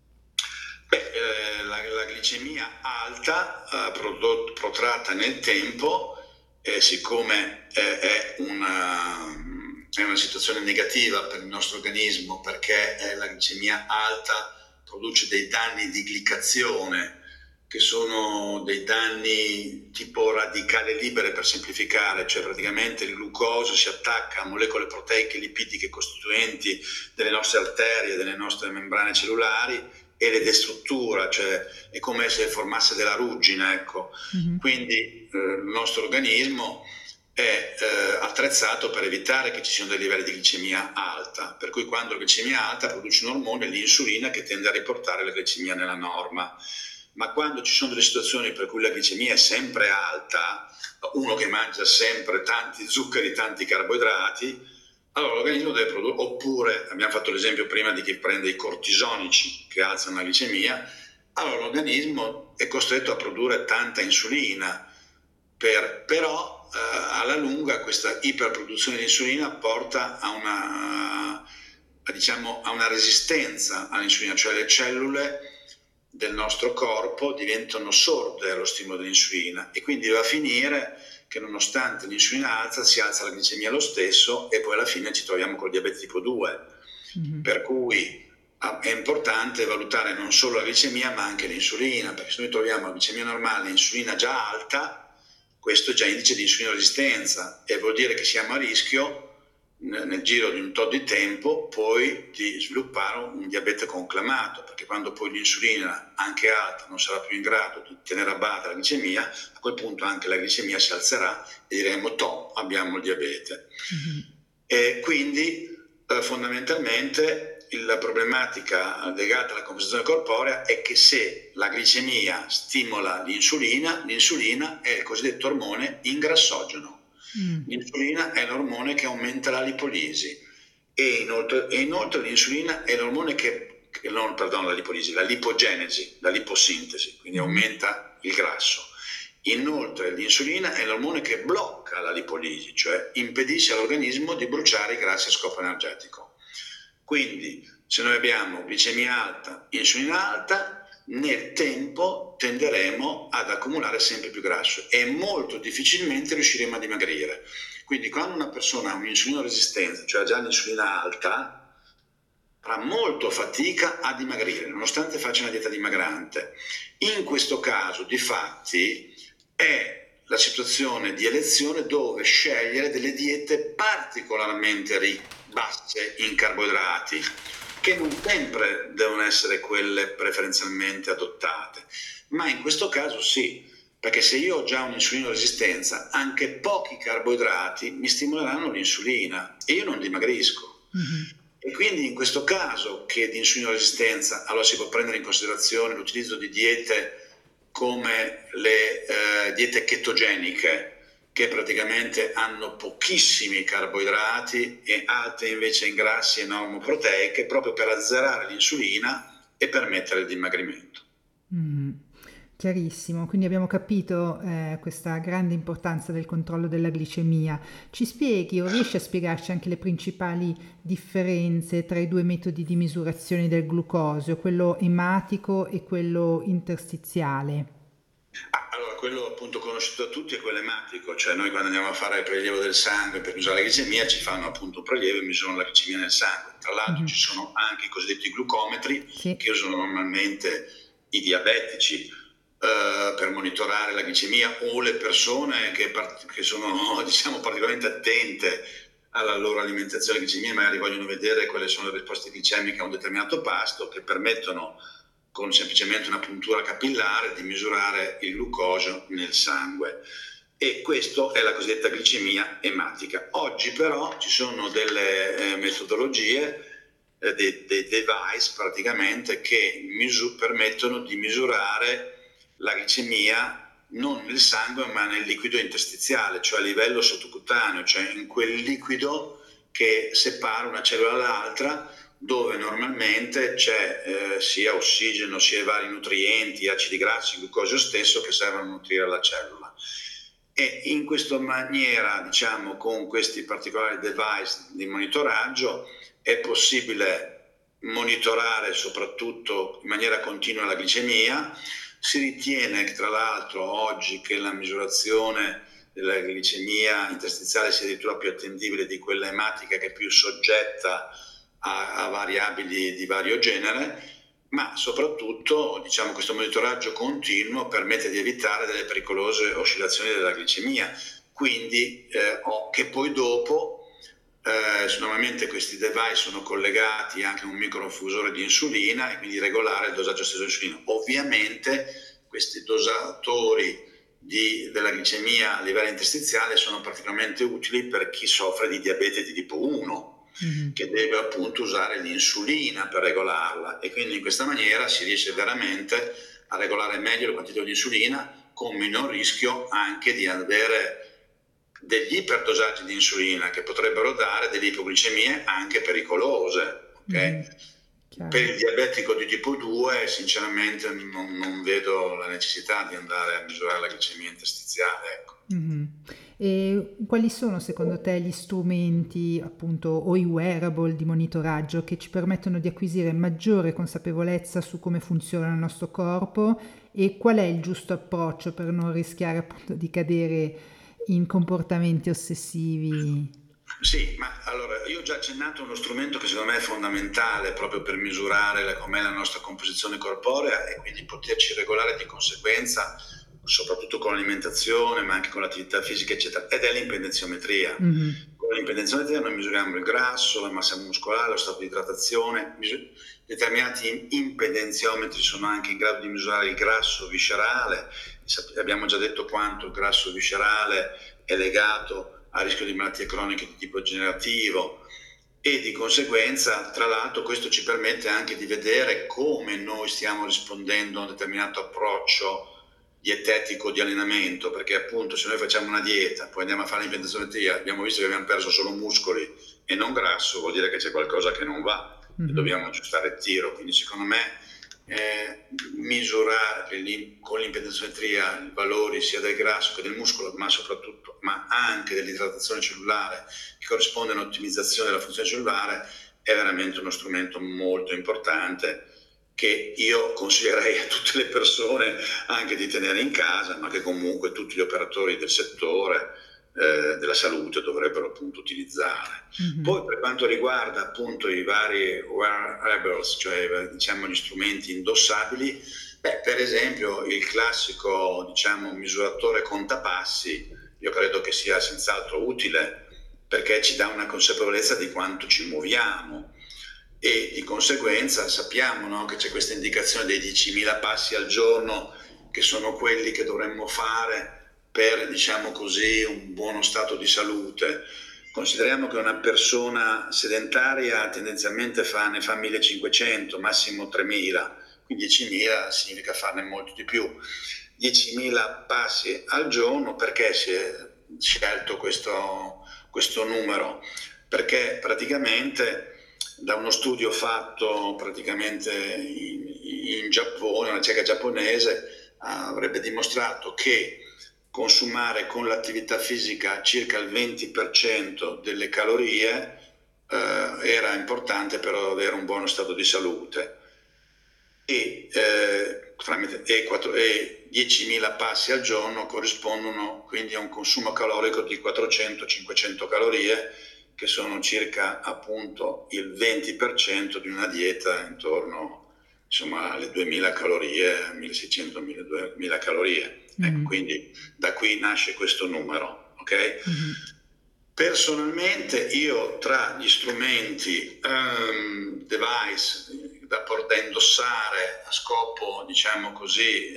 La glicemia alta, protratta nel tempo, siccome è una situazione negativa per il nostro organismo, perché la glicemia alta produce dei danni di glicazione, che sono dei danni tipo radicali libere, per semplificare, cioè praticamente il glucosio si attacca a molecole proteiche lipidiche costituenti delle nostre arterie, delle nostre membrane cellulari, e le destruttura, cioè è come se formasse della ruggine, ecco. Mm-hmm. Quindi il nostro organismo è attrezzato per evitare che ci siano dei livelli di glicemia alta, per cui quando la glicemia è alta produce un ormone, l'insulina, che tende a riportare la glicemia nella norma. Ma quando ci sono delle situazioni per cui la glicemia è sempre alta, uno che mangia sempre tanti zuccheri, tanti carboidrati, allora l'organismo deve produrre, oppure abbiamo fatto l'esempio prima di chi prende i cortisonici che alzano la glicemia, allora l'organismo è costretto a produrre tanta insulina, però alla lunga questa iperproduzione di insulina porta a una resistenza all'insulina, cioè le cellule del nostro corpo diventano sorde allo stimolo dell'insulina, e quindi va a finire che nonostante l'insulina alza, si alza la glicemia lo stesso, e poi alla fine ci troviamo col diabete tipo 2. Mm-hmm. Per cui è importante valutare non solo la glicemia ma anche l'insulina, perché se noi troviamo la glicemia normale e l'insulina già alta, questo è già indice di insulina resistenza, e vuol dire che siamo a rischio nel giro di un tot di tempo poi di sviluppare un diabete conclamato, perché quando poi l'insulina, anche alta, non sarà più in grado di tenere a bada la glicemia, a quel punto anche la glicemia si alzerà e diremo abbiamo il diabete. Mm-hmm. E quindi fondamentalmente la problematica legata alla composizione corporea è che se la glicemia stimola l'insulina è il cosiddetto ormone ingrassogeno. L'insulina è l'ormone che aumenta la lipolisi, e inoltre l'insulina è l'ormone la lipogenesi, la liposintesi, quindi aumenta il grasso. Inoltre l'insulina è l'ormone che blocca la lipolisi, cioè impedisce all'organismo di bruciare i grassi a scopo energetico. Quindi se noi abbiamo glicemia alta, insulina alta, nel tempo tenderemo ad accumulare sempre più grasso e molto difficilmente riusciremo a dimagrire. Quindi quando una persona ha un'insulina resistenza, cioè ha già l'insulina alta, farà molto fatica a dimagrire, nonostante faccia una dieta dimagrante. In questo caso, difatti, è la situazione di elezione dove scegliere delle diete particolarmente basse in carboidrati, che non sempre devono essere quelle preferenzialmente adottate, ma in questo caso sì, perché se io ho già un'insulina resistenza, anche pochi carboidrati mi stimoleranno l'insulina e io non dimagrisco. Mm-hmm. E quindi in questo caso che di insulina resistenza, allora si può prendere in considerazione l'utilizzo di diete come le diete chetogeniche, che praticamente hanno pochissimi carboidrati e alte invece in grassi e normoproteiche, proprio per azzerare l'insulina e permettere il dimagrimento. Chiarissimo, quindi abbiamo capito questa grande importanza del controllo della glicemia. Ci spieghi o riesci a spiegarci anche le principali differenze tra i due metodi di misurazione del glucosio, quello ematico e quello interstiziale? Allora, quello appunto conosciuto da tutti è quello ematico, cioè noi quando andiamo a fare il prelievo del sangue per misurare la glicemia ci fanno appunto un prelievo e misurano la glicemia nel sangue. Tra l'altro ci Mhm. sono anche i cosiddetti glucometri Sì. che usano normalmente i diabetici per monitorare la glicemia o le persone che sono diciamo particolarmente attente alla loro alimentazione e glicemia, magari vogliono vedere quali sono le risposte glicemiche a un determinato pasto, che permettono con semplicemente una puntura capillare di misurare il glucosio nel sangue. E questo è la cosiddetta glicemia ematica. Oggi però ci sono delle metodologie, dei device praticamente che permettono di misurare la glicemia non nel sangue ma nel liquido interstiziale, cioè a livello sottocutaneo, cioè in quel liquido che separa una cellula dall'altra, dove normalmente c'è sia ossigeno sia i vari nutrienti, acidi grassi, glucosio stesso che servono a nutrire la cellula. E in questa maniera, diciamo, con questi particolari device di monitoraggio è possibile monitorare soprattutto in maniera continua la glicemia. Si ritiene che tra l'altro oggi che la misurazione della glicemia interstiziale sia addirittura più attendibile di quella ematica, che è più soggetta a variabili di vario genere, ma soprattutto diciamo, questo monitoraggio continuo permette di evitare delle pericolose oscillazioni della glicemia, quindi che poi dopo normalmente questi device sono collegati anche a un microinfusore di insulina e quindi regolare il dosaggio stesso di insulina. Ovviamente questi dosatori della glicemia a livello interstiziale sono particolarmente utili per chi soffre di diabete di tipo 1, Mhm. che deve appunto usare l'insulina per regolarla, e quindi in questa maniera si riesce veramente a regolare meglio il quantitativo di insulina con minor rischio anche di avere degli iperdosaggi di insulina che potrebbero dare delle ipoglicemie anche pericolose. Okay? Mhm. Per Chiaro. il diabetico di tipo 2 sinceramente non vedo la necessità di andare a misurare la glicemia interstiziale. Ecco. Mhm. E quali sono secondo te gli strumenti, appunto, o i wearable di monitoraggio che ci permettono di acquisire maggiore consapevolezza su come funziona il nostro corpo e qual è il giusto approccio per non rischiare appunto di cadere in comportamenti ossessivi? Sì, ma allora io ho già accennato a uno strumento che secondo me è fondamentale proprio per misurare com'è la nostra composizione corporea e quindi poterci regolare di conseguenza, soprattutto con l'alimentazione, ma anche con l'attività fisica, eccetera, ed è l'impedenziometria. Mhm. Con l'impedenziometria noi misuriamo il grasso, la massa muscolare, lo stato di idratazione. Determinati impedenziometri sono anche in grado di misurare il grasso viscerale. Abbiamo già detto quanto il grasso viscerale è legato a rischio di malattie croniche di tipo generativo, e di conseguenza, tra l'altro, questo ci permette anche di vedere come noi stiamo rispondendo a un determinato approccio dietetico di allenamento, perché appunto se noi facciamo una dieta, poi andiamo a fare l'impedenziometria, abbiamo visto che abbiamo perso solo muscoli e non grasso, vuol dire che c'è qualcosa che non va e Mhm. dobbiamo aggiustare il tiro. Quindi secondo me misurare con l'impedenziometria i valori sia del grasso che del muscolo, ma soprattutto, ma anche dell'idratazione cellulare, che corrisponde a un'ottimizzazione della funzione cellulare, è veramente uno strumento molto importante che io consiglierei a tutte le persone anche di tenere in casa, ma che comunque tutti gli operatori del settore della salute dovrebbero appunto utilizzare. Poi Mhm. per quanto riguarda appunto i vari wearables, cioè diciamo gli strumenti indossabili, per esempio il classico diciamo misuratore contapassi, io credo che sia senz'altro utile perché ci dà una consapevolezza di quanto ci muoviamo e di conseguenza sappiamo, no, che c'è questa indicazione dei 10.000 passi al giorno, che sono quelli che dovremmo fare per, diciamo così, un buono stato di salute. Consideriamo che una persona sedentaria tendenzialmente ne fa 1.500, massimo 3.000, quindi 10.000 significa farne molto di più. 10.000 passi al giorno, perché si è scelto questo numero? Perché praticamente da uno studio fatto praticamente in Giappone, una ricerca giapponese, avrebbe dimostrato che consumare con l'attività fisica circa il 20% delle calorie era importante per avere un buono stato di salute e 10.000 passi al giorno corrispondono quindi a un consumo calorico di 400-500 calorie, che sono circa appunto il 20% di una dieta intorno, insomma, alle 2.000 calorie, 1.600-1.200 calorie. Ecco, quindi da qui nasce questo numero, ok? Personalmente io tra gli strumenti, device da indossare a scopo, diciamo così,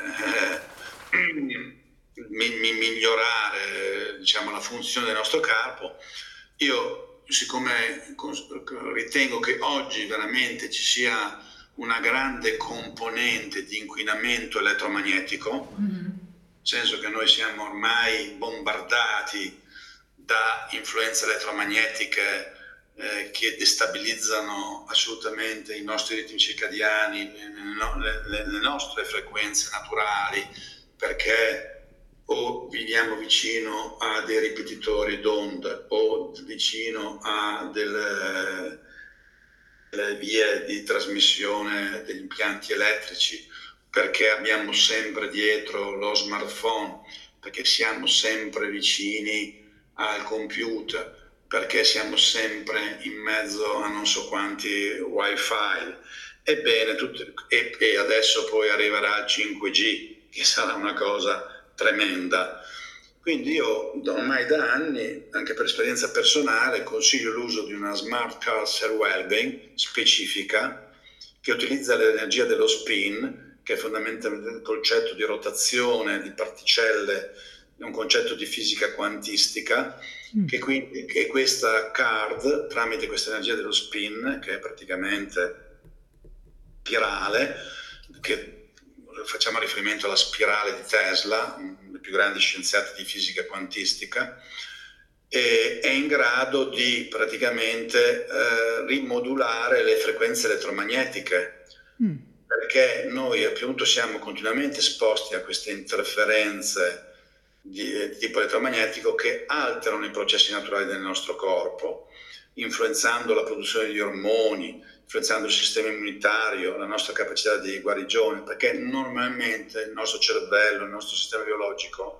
migliorare, diciamo, la funzione del nostro corpo, io siccome ritengo che oggi veramente ci sia una grande componente di inquinamento elettromagnetico, nel senso che noi siamo ormai bombardati da influenze elettromagnetiche che destabilizzano assolutamente i nostri ritmi circadiani, le nostre frequenze naturali, perché o viviamo vicino a dei ripetitori d'onda o vicino a delle vie di trasmissione degli impianti elettrici, perché abbiamo sempre dietro lo smartphone, perché siamo sempre vicini al computer, perché siamo sempre in mezzo a non so quanti wifi. Ebbene, e adesso poi arriverà il 5G, che sarà una cosa tremenda. Quindi io ormai da anni, anche per esperienza personale, consiglio l'uso di una Smart Card Cell Wellbeing specifica, che utilizza l'energia dello spin, che è fondamentalmente il concetto di rotazione di particelle, è un concetto di fisica quantistica, che questa card, tramite questa energia dello spin, che è praticamente spirale, che facciamo riferimento alla spirale di Tesla, uno dei più grandi scienziati di fisica quantistica, è in grado di praticamente rimodulare le frequenze elettromagnetiche, perché noi appunto siamo continuamente esposti a queste interferenze di tipo elettromagnetico che alterano i processi naturali del nostro corpo, influenzando la produzione di ormoni, influenzando il sistema immunitario, la nostra capacità di guarigione, perché normalmente il nostro cervello, il nostro sistema biologico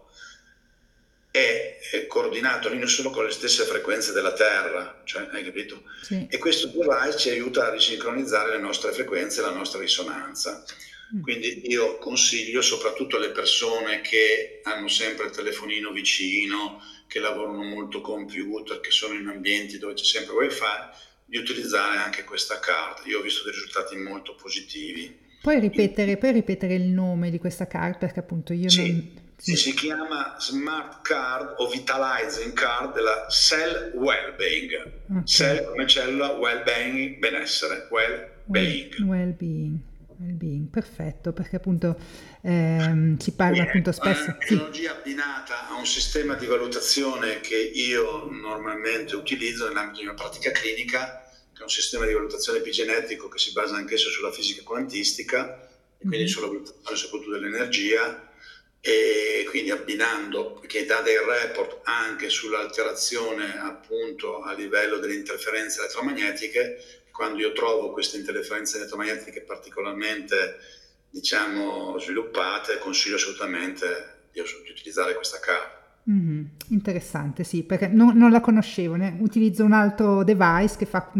è coordinato non solo con le stesse frequenze della Terra, cioè, hai capito? Sì. E questo device ci aiuta a risincronizzare le nostre frequenze e la nostra risonanza. Quindi io consiglio soprattutto alle persone che hanno sempre il telefonino vicino, che lavorano molto computer, che sono in ambienti dove c'è sempre wifi, di utilizzare anche questa card. Io ho visto dei risultati molto positivi. Puoi ripetere il nome di questa card, perché appunto io non... Sì, si chiama Smart Card o Vitalizing Card della Cell Wellbeing. Okay. Cell come cellula, Wellbeing, benessere, Wellbeing, perfetto, perché appunto si parla appunto spesso... È una tecnologia abbinata a un sistema di valutazione che io normalmente utilizzo nell'ambito di una pratica clinica, che è un sistema di valutazione epigenetico che si basa anch'esso sulla fisica quantistica, e quindi sulla valutazione soprattutto dell'energia, e quindi abbinando, che dà dei report anche sull'alterazione appunto a livello delle interferenze elettromagnetiche. Quando io trovo queste interferenze elettromagnetiche particolarmente, diciamo, sviluppate, consiglio assolutamente di utilizzare questa carta. Interessante, sì, perché non la conoscevo, ne utilizzo un altro device che fa...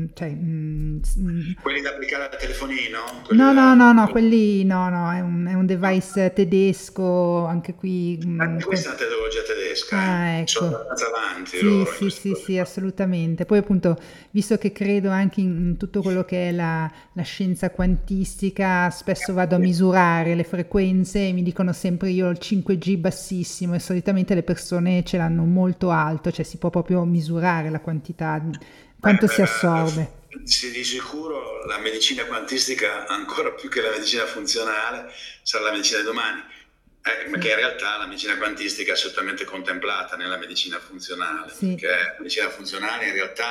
Quelli da applicare al telefonino? No, quelli no, è un device tedesco, anche qui... questa è una tecnologia tedesca, ecco. Sono abbastanza avanti sì, loro. Sì, assolutamente. Poi appunto, visto che credo anche in tutto quello che è la scienza quantistica, spesso vado a misurare le frequenze e mi dicono sempre io il 5G bassissimo, e solitamente le persone ce l'hanno molto alto, cioè si può proprio misurare la quantità, quanto si assorbe. Sì, di sicuro la medicina quantistica, ancora più che la medicina funzionale, sarà la medicina di domani, perché in realtà la medicina quantistica è assolutamente contemplata nella medicina funzionale, perché la medicina funzionale in realtà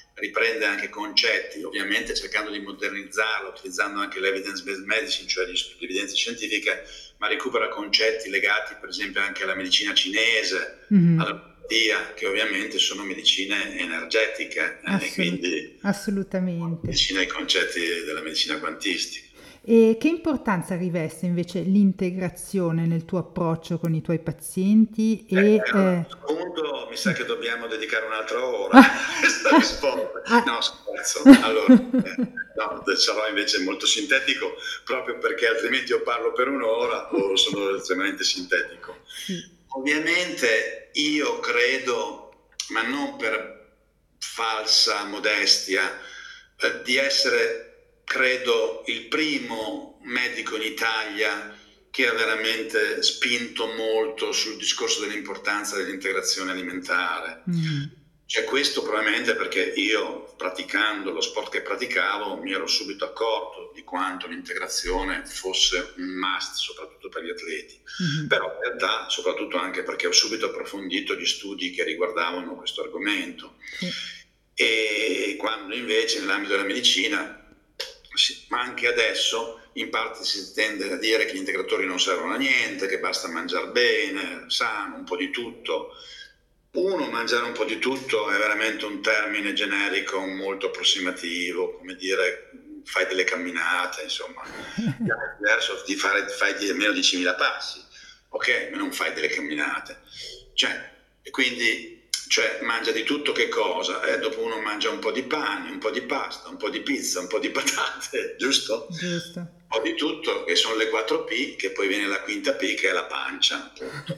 riprende anche concetti, ovviamente cercando di modernizzarlo, utilizzando anche l'evidence-based medicine, cioè l'evidenza scientifica, ma recupera concetti legati per esempio anche alla medicina cinese, all'omeopatia, che ovviamente sono medicine energetiche, quindi Assolutamente. vicine ai concetti della medicina quantistica. E che importanza riveste invece l'integrazione nel tuo approccio con i tuoi pazienti A questo punto mi sa che dobbiamo dedicare un'altra ora a questa risposta. No, scherzo. Allora, no, sarò invece molto sintetico, proprio perché altrimenti io parlo per un'ora o sono estremamente sintetico. Sì. Ovviamente io credo, ma non per falsa modestia, di essere, credo, il primo medico in Italia che ha veramente spinto molto sul discorso dell'importanza dell'integrazione alimentare. Cioè questo probabilmente perché io, praticando lo sport che praticavo, mi ero subito accorto di quanto l'integrazione fosse un must, soprattutto per gli atleti. Però in realtà, soprattutto anche perché ho subito approfondito gli studi che riguardavano questo argomento. E quando invece nell'ambito della medicina, ma anche adesso, in parte si tende a dire che gli integratori non servono a niente, che basta mangiare bene, sano, un po' di tutto. Mangiare un po' di tutto è veramente un termine generico molto approssimativo, come dire, fai delle camminate, insomma, è diverso di fai meno di 10.000 passi, ok, ma non fai delle camminate. E quindi mangia di tutto che cosa? Dopo uno mangia un po' di pane, un po' di pasta, un po' di pizza, un po' di patate, giusto? Giusto. Un po' di tutto, che sono le 4 P, che poi viene la quinta P, che è la pancia.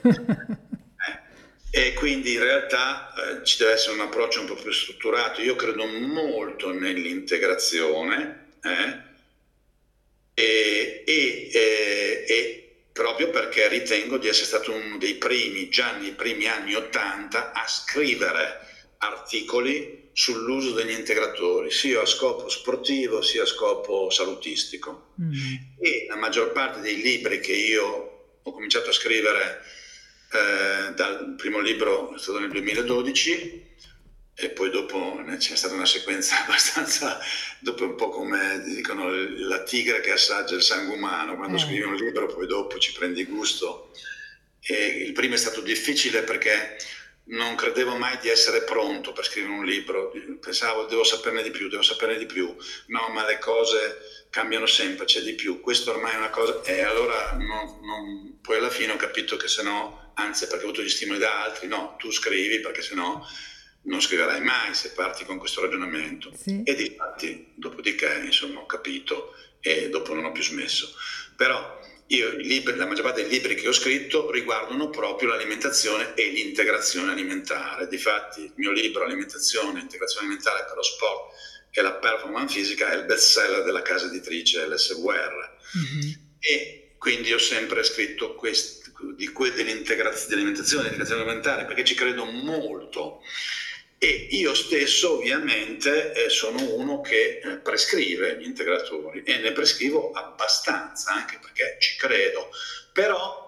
E quindi in realtà ci deve essere un approccio un po' più strutturato. Io credo molto nell'integrazione e proprio perché ritengo di essere stato uno dei primi, già nei primi anni '80, a scrivere articoli sull'uso degli integratori, sia a scopo sportivo sia a scopo salutistico. E la maggior parte dei libri che io ho cominciato a scrivere, dal primo libro è stato nel 2012 e poi dopo c'è stata una sequenza abbastanza, dopo un po' come dicono la tigre che assaggia il sangue umano, quando scrivi un libro poi dopo ci prendi gusto. E il primo è stato difficile perché non credevo mai di essere pronto per scrivere un libro, pensavo devo saperne di più, no, ma le cose cambiano sempre, c'è di più, questo ormai è una cosa, e allora poi alla fine ho capito che se no, anzi perché ho avuto gli stimoli da altri, no, tu scrivi perché se no non scriverai mai se parti con questo ragionamento. Sì. E difatti, dopodiché, insomma, ho capito e dopo non ho più smesso. Però la maggior parte dei libri che ho scritto riguardano proprio l'alimentazione e l'integrazione alimentare. Difatti, il mio libro Alimentazione e integrazione alimentare per lo sport e la performance fisica è il bestseller della casa editrice LSWR. E quindi ho sempre scritto dell'alimentazione e dell'integrazione alimentare perché ci credo molto. E io stesso ovviamente sono uno che prescrive gli integratori e ne prescrivo abbastanza anche perché ci credo, però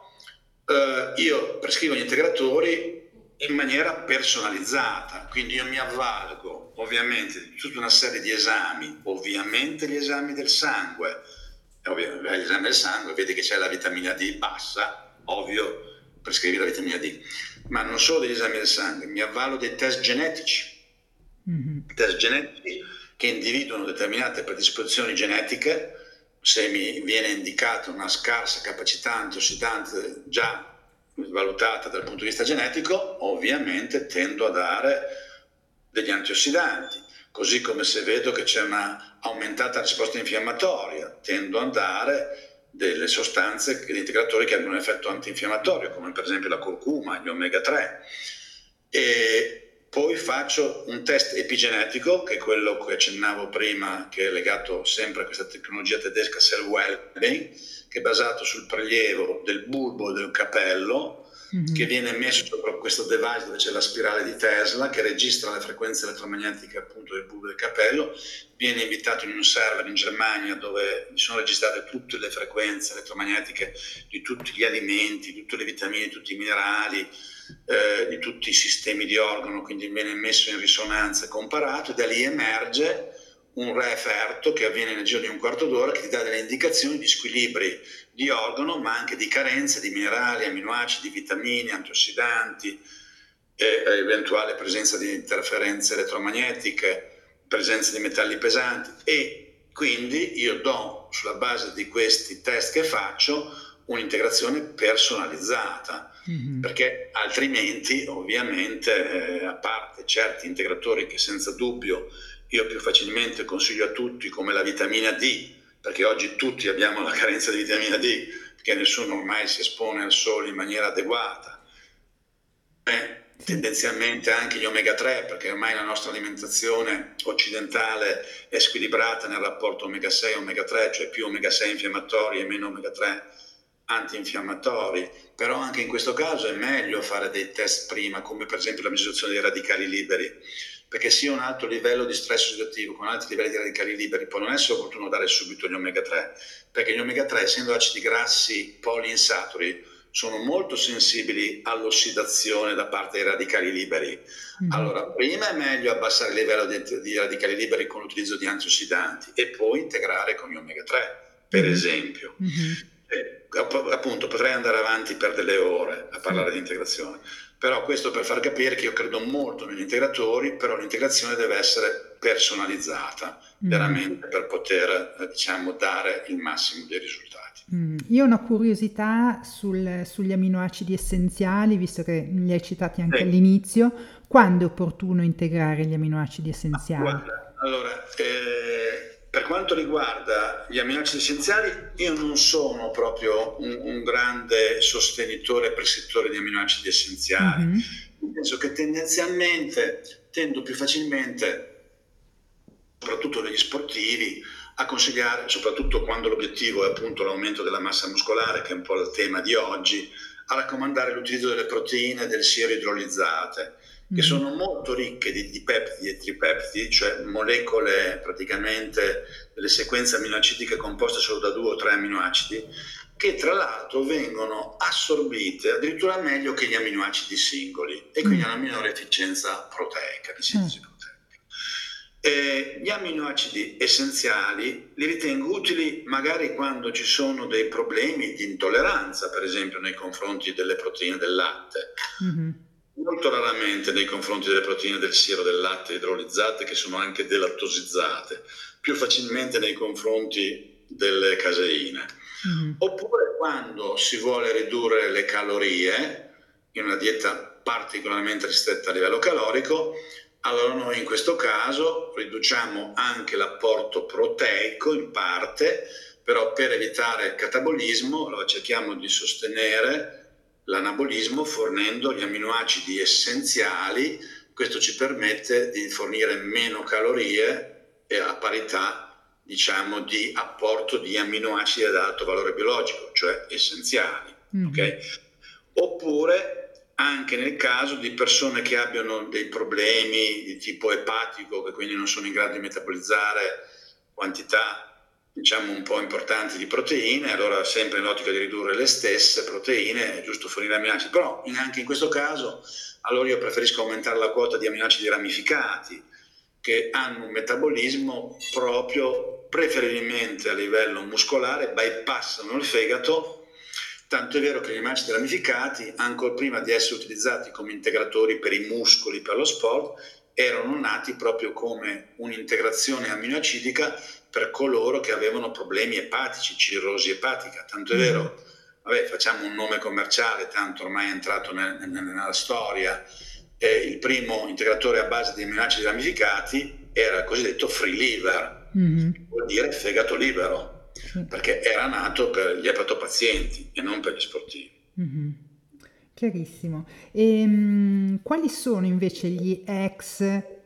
io prescrivo gli integratori in maniera personalizzata, quindi io mi avvalgo ovviamente di tutta una serie di esami, ovviamente gli esami del sangue, l'esame del sangue vedi che c'è la vitamina D bassa, ovvio prescrivi la vitamina D, ma non solo degli esami del sangue, mi avvalo dei test genetici, test genetici che individuano determinate predisposizioni genetiche. Se mi viene indicata una scarsa capacità antiossidante già valutata dal punto di vista genetico, ovviamente tendo a dare degli antiossidanti, così come se vedo che c'è una aumentata risposta infiammatoria, tendo a dare delle sostanze, degli integratori che hanno un effetto antinfiammatorio, come per esempio la curcuma, gli omega 3. E poi faccio un test epigenetico, che è quello che accennavo prima, che è legato sempre a questa tecnologia tedesca Cell Wellbeing, che è basato sul prelievo del bulbo e del capello, che viene messo sopra questo device dove c'è la spirale di Tesla che registra le frequenze elettromagnetiche appunto del bulbo del capello, viene invitato in un server in Germania dove sono registrate tutte le frequenze elettromagnetiche di tutti gli alimenti, di tutte le vitamine, di tutti i minerali, di tutti i sistemi di organo, quindi viene messo in risonanza e comparato, e da lì emerge un referto che avviene nel giro di un quarto d'ora che ti dà delle indicazioni di squilibri di organo, ma anche di carenze di minerali, aminoacidi, vitamine, antiossidanti, eventuale presenza di interferenze elettromagnetiche, presenza di metalli pesanti, e quindi io do, sulla base di questi test che faccio, un'integrazione personalizzata, perché altrimenti ovviamente, a parte certi integratori che senza dubbio io più facilmente consiglio a tutti, come la vitamina D, perché oggi tutti abbiamo la carenza di vitamina D, perché nessuno ormai si espone al sole in maniera adeguata. Tendenzialmente anche gli omega 3, perché ormai la nostra alimentazione occidentale è squilibrata nel rapporto omega 6 e omega 3, cioè più omega 6 infiammatori e meno omega 3 antinfiammatori. Però anche in questo caso è meglio fare dei test prima, come per esempio la misurazione dei radicali liberi, perché sia un alto livello di stress ossidativo con alti livelli di radicali liberi, poi non è solo opportuno dare subito gli omega 3, perché gli omega 3, essendo acidi grassi poliinsaturi, sono molto sensibili all'ossidazione da parte dei radicali liberi. Allora, prima è meglio abbassare il livello di radicali liberi con l'utilizzo di antiossidanti e poi integrare con gli omega 3, per esempio. Appunto, potrei andare avanti per delle ore a parlare di integrazione, però questo per far capire che io credo molto negli integratori, però l'integrazione deve essere personalizzata veramente per poter, diciamo, dare il massimo dei risultati. Io ho una curiosità sugli aminoacidi essenziali, visto che li hai citati anche all'inizio. Quando è opportuno integrare gli aminoacidi essenziali? Guarda, allora, per quanto riguarda gli aminoacidi essenziali, io non sono proprio un grande sostenitore e prescrittore di aminoacidi essenziali. Penso che tendenzialmente tendo più facilmente, soprattutto negli sportivi, a consigliare, soprattutto quando l'obiettivo è appunto l'aumento della massa muscolare, che è un po' il tema di oggi, a raccomandare l'utilizzo delle proteine del siero idrolizzate, che sono molto ricche di peptidi e tripeptidi, cioè molecole praticamente delle sequenze aminoacidiche composte solo da 2 o 3 aminoacidi, che tra l'altro vengono assorbite addirittura meglio che gli aminoacidi singoli e quindi hanno minore efficienza proteica, di sintesi proteica. Gli aminoacidi essenziali li ritengo utili magari quando ci sono dei problemi di intolleranza, per esempio nei confronti delle proteine del latte, molto raramente nei confronti delle proteine del siero del latte idrolizzate, che sono anche delattosizzate, più facilmente nei confronti delle caseine. Oppure quando si vuole ridurre le calorie in una dieta particolarmente ristretta a livello calorico, allora noi in questo caso riduciamo anche l'apporto proteico in parte, però per evitare il catabolismo allora cerchiamo di sostenere l'anabolismo fornendo gli aminoacidi essenziali. Questo ci permette di fornire meno calorie e a parità, diciamo, di apporto di aminoacidi ad alto valore biologico, cioè essenziali. Okay? Oppure anche nel caso di persone che abbiano dei problemi di tipo epatico, che quindi non sono in grado di metabolizzare quantità, diciamo, un po' importanti di proteine, allora sempre nell'ottica di ridurre le stesse proteine è giusto fornire aminoacidi, però anche in questo caso allora io preferisco aumentare la quota di aminoacidi ramificati che hanno un metabolismo proprio preferibilmente a livello muscolare, bypassano il fegato. Tanto è vero che gli aminoacidi ramificati, ancora prima di essere utilizzati come integratori per i muscoli, per lo sport, erano nati proprio come un'integrazione aminoacidica per coloro che avevano problemi epatici, cirrosi epatica. Tanto è vero, facciamo un nome commerciale, tanto ormai è entrato nella storia, il primo integratore a base di aminoacidi ramificati era il cosiddetto free liver, vuol dire fegato libero. Perché era nato per gli epatopazienti e non per gli sportivi. Chiarissimo. Quali sono invece gli ex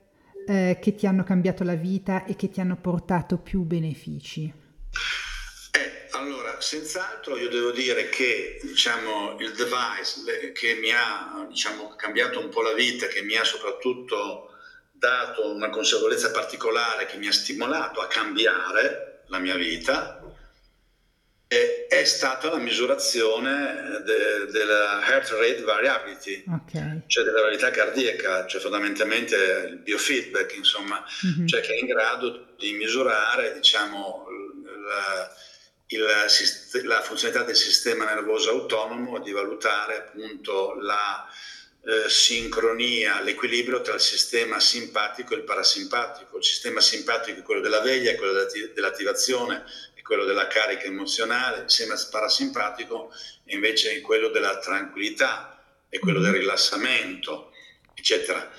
che ti hanno cambiato la vita e che ti hanno portato più benefici? Allora, Allora, senz'altro io devo dire che diciamo, il device che mi ha diciamo, cambiato un po' la vita, che mi ha soprattutto dato una consapevolezza particolare, che mi ha stimolato a cambiare la mia vita, è stata la misurazione della heart rate variability, Ok. cioè della variabilità cardiaca, cioè fondamentalmente il biofeedback, insomma, Mhm. cioè che è in grado di misurare, diciamo, la, la funzionalità del sistema nervoso autonomo, di valutare appunto la sincronia, l'equilibrio tra il sistema simpatico e il parasimpatico. Il sistema simpatico è quello della veglia, è quello dell'attivazione, è quello della carica emozionale, il sistema parasimpatico è invece quello della tranquillità, è quello del Mhm. rilassamento, eccetera.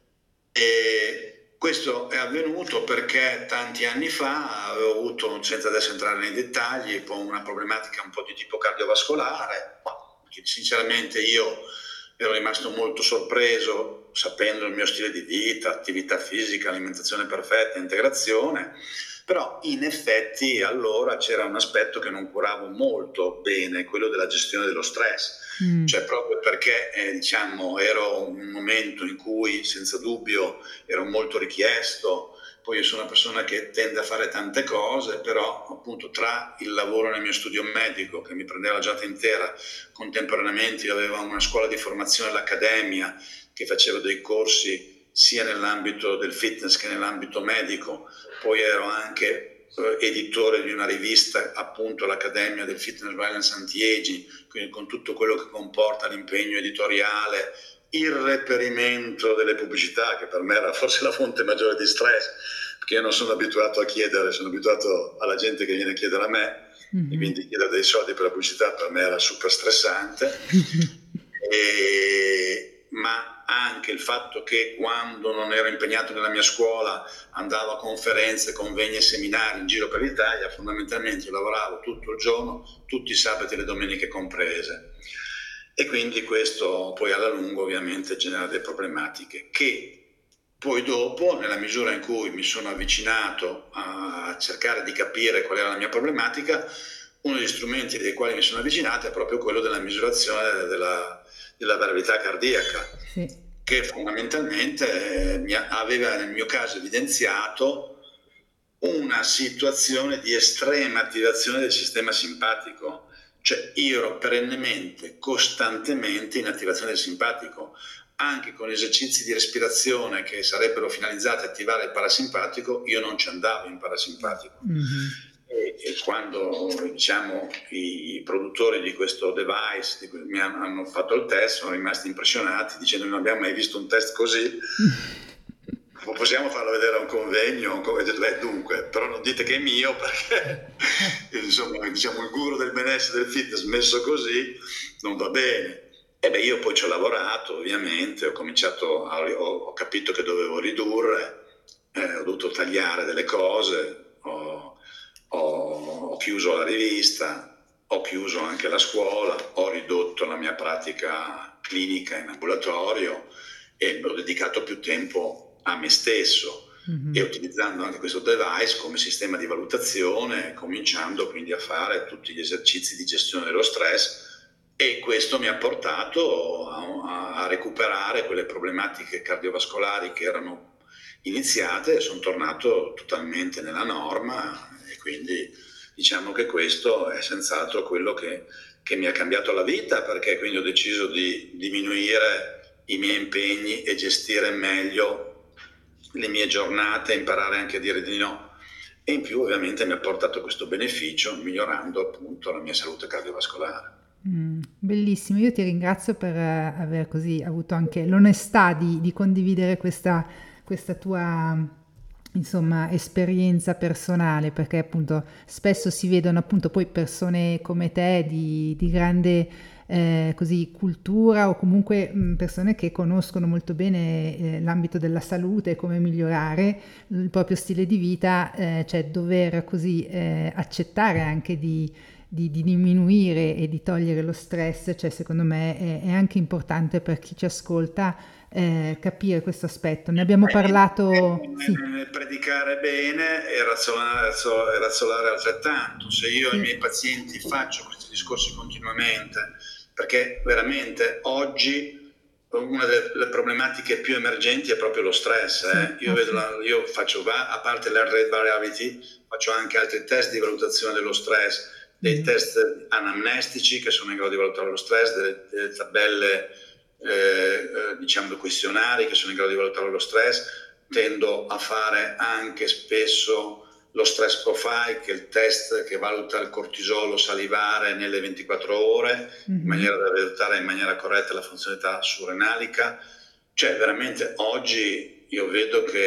E questo è avvenuto perché tanti anni fa avevo avuto, senza adesso entrare nei dettagli, una problematica un po' di tipo cardiovascolare, che sinceramente io ero rimasto molto sorpreso sapendo il mio stile di vita, attività fisica, alimentazione perfetta, integrazione, però in effetti allora c'era un aspetto che non curavo molto bene, quello della gestione dello stress. Mm. Cioè proprio perché diciamo ero un momento in cui senza dubbio ero molto richiesto, poi io sono una persona che tende a fare tante cose, però appunto tra il lavoro nel mio studio medico che mi prendeva la giornata intera, contemporaneamente io avevo una scuola di formazione all'Accademia che facevo dei corsi sia nell'ambito del fitness che nell'ambito medico, poi ero anche editore di una rivista appunto l'Accademia del Fitness Balance Anti-Aging, quindi con tutto quello che comporta l'impegno editoriale, il reperimento delle pubblicità, che per me era forse la fonte maggiore di stress, perché io non sono abituato a chiedere, sono abituato alla gente che viene a chiedere a me, e Mhm. quindi chiedere dei soldi per la pubblicità per me era super stressante. Ma anche il fatto che quando non ero impegnato nella mia scuola andavo a conferenze, convegni e seminari in giro per l'Italia, fondamentalmente io lavoravo tutto il giorno, tutti i sabati e le domeniche comprese. E quindi questo poi alla lunga ovviamente genera delle problematiche che poi dopo, nella misura in cui mi sono avvicinato a cercare di capire qual era la mia problematica, uno degli strumenti dei quali mi sono avvicinato è proprio quello della misurazione della variabilità cardiaca, Sì. che fondamentalmente aveva nel mio caso evidenziato una situazione di estrema attivazione del sistema simpatico, cioè io ero perennemente, costantemente in attivazione del simpatico, anche con esercizi di respirazione che sarebbero finalizzati a attivare il parasimpatico, io non ci andavo in parasimpatico. Mhm. E quando diciamo, i produttori di questo device mi hanno fatto il test, sono rimasti impressionati dicendo non abbiamo mai visto un test così. Possiamo farlo vedere a un convegno, dunque, però non dite che è mio perché insomma, diciamo, il guru del benessere del fitness messo così non va bene. E beh, io poi ci ho lavorato, ovviamente, ho cominciato, ho capito che dovevo ridurre, ho dovuto tagliare delle cose, ho chiuso la rivista, ho chiuso anche la scuola, ho ridotto la mia pratica clinica in ambulatorio e ho dedicato più tempo a me stesso e Mhm. utilizzando anche questo device come sistema di valutazione, cominciando quindi a fare tutti gli esercizi di gestione dello stress e questo mi ha portato a recuperare quelle problematiche cardiovascolari che erano iniziate e sono tornato totalmente nella norma e quindi diciamo che questo è senz'altro quello che mi ha cambiato la vita perché quindi ho deciso di diminuire i miei impegni e gestire meglio le mie giornate, imparare anche a dire di no. E in più ovviamente mi ha portato questo beneficio migliorando appunto la mia salute cardiovascolare. Bellissimo, io ti ringrazio per aver così avuto anche l'onestà di condividere questa tua, insomma, esperienza personale, perché appunto spesso si vedono appunto poi persone come te di grande così, cultura o comunque persone che conoscono molto bene l'ambito della salute e come migliorare il proprio stile di vita, cioè dover così accettare anche di diminuire e di togliere lo stress, cioè secondo me è anche importante per chi ci ascolta capire questo aspetto. Ne abbiamo parlato, sì, Nel predicare bene e razzolare altrettanto. Se io ai sì, miei pazienti faccio questi discorsi continuamente, perché veramente oggi una delle problematiche più emergenti è proprio lo stress. sì, Io, io faccio, a parte l'heart rate variability, faccio anche altri test di valutazione dello stress, dei mm, test anamnestici che sono in grado di valutare lo stress, delle tabelle diciamo questionari che sono in grado di valutare lo stress. Tendo a fare anche spesso lo stress profile, che è il test che valuta il cortisolo salivare nelle 24 ore, in mhm, maniera da valutare in maniera corretta la funzionalità surrenalica. Cioè veramente oggi io vedo che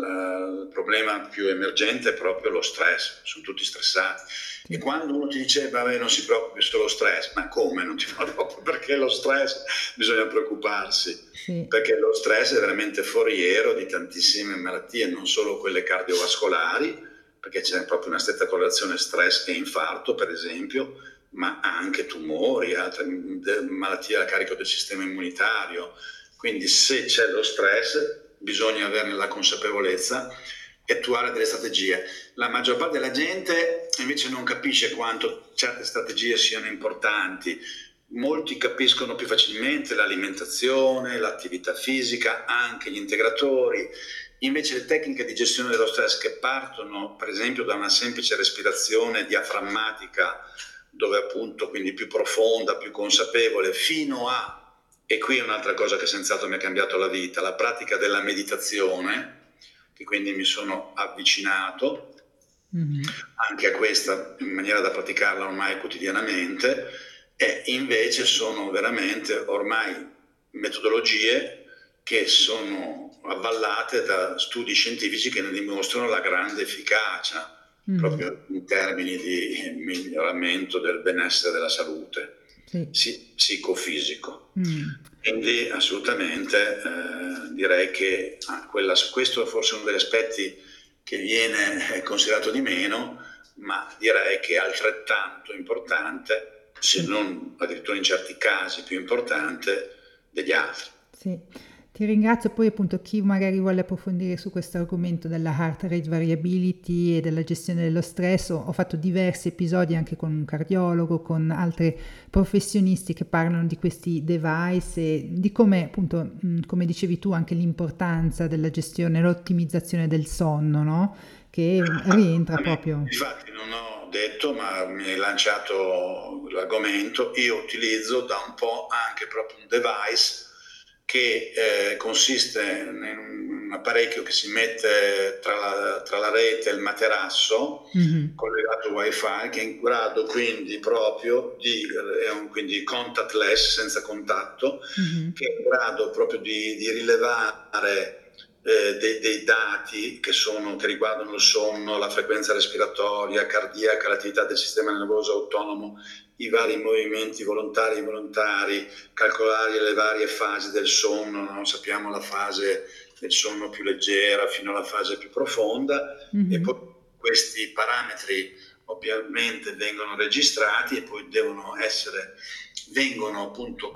il problema più emergente è proprio lo stress, sono tutti stressati. E sì, quando uno ti dice, vabbè, non si preoccupi, solo stress, ma come non ti preoccupi? Perché lo stress bisogna preoccuparsi, sì, perché lo stress è veramente foriero di tantissime malattie, non solo quelle cardiovascolari, perché c'è proprio una stretta correlazione stress e infarto, per esempio, ma anche tumori, altre malattie a carico del sistema immunitario. Quindi se c'è lo stress bisogna averne la consapevolezza e attuare delle strategie. La maggior parte della gente invece non capisce quanto certe strategie siano importanti. Molti capiscono più facilmente l'alimentazione, l'attività fisica, anche gli integratori. Invece le tecniche di gestione dello stress che partono per esempio da una semplice respirazione diaframmatica, dove appunto quindi più profonda, più consapevole, fino a, e qui è un'altra cosa che senz'altro mi ha cambiato la vita, la pratica della meditazione, che quindi mi sono avvicinato mhm, anche a questa in maniera da praticarla ormai quotidianamente, e invece sono veramente ormai metodologie che sono avvallate da studi scientifici che ne dimostrano la grande efficacia mhm, proprio in termini di miglioramento del benessere della salute sì, psicofisico. mm, Quindi assolutamente direi che questo è forse uno degli aspetti che viene considerato di meno, ma direi che è altrettanto importante, se sì. non addirittura in certi casi più importante, degli altri. Sì, ti ringrazio. Poi appunto chi magari vuole approfondire su questo argomento della heart rate variability e della gestione dello stress, ho fatto diversi episodi anche con un cardiologo, con altri professionisti che parlano di questi device e di come appunto, come dicevi tu, anche l'importanza della gestione, l'ottimizzazione del sonno, no? Che rientra proprio. Infatti non ho detto, ma mi hai lanciato l'argomento, io utilizzo da un po' anche proprio un device che consiste in un apparecchio che si mette tra la rete e il materasso, Mhm, collegato wifi, che è in grado quindi proprio quindi contactless, senza contatto, mhm, che è in grado proprio di rilevare dei dati che riguardano il sonno, la frequenza respiratoria, cardiaca, l'attività del sistema nervoso autonomo, i vari movimenti volontari e involontari, calcolare le varie fasi del sonno, no? Sappiamo la fase del sonno più leggera fino alla fase più profonda, e poi mhm, questi parametri ovviamente vengono registrati e poi vengono appunto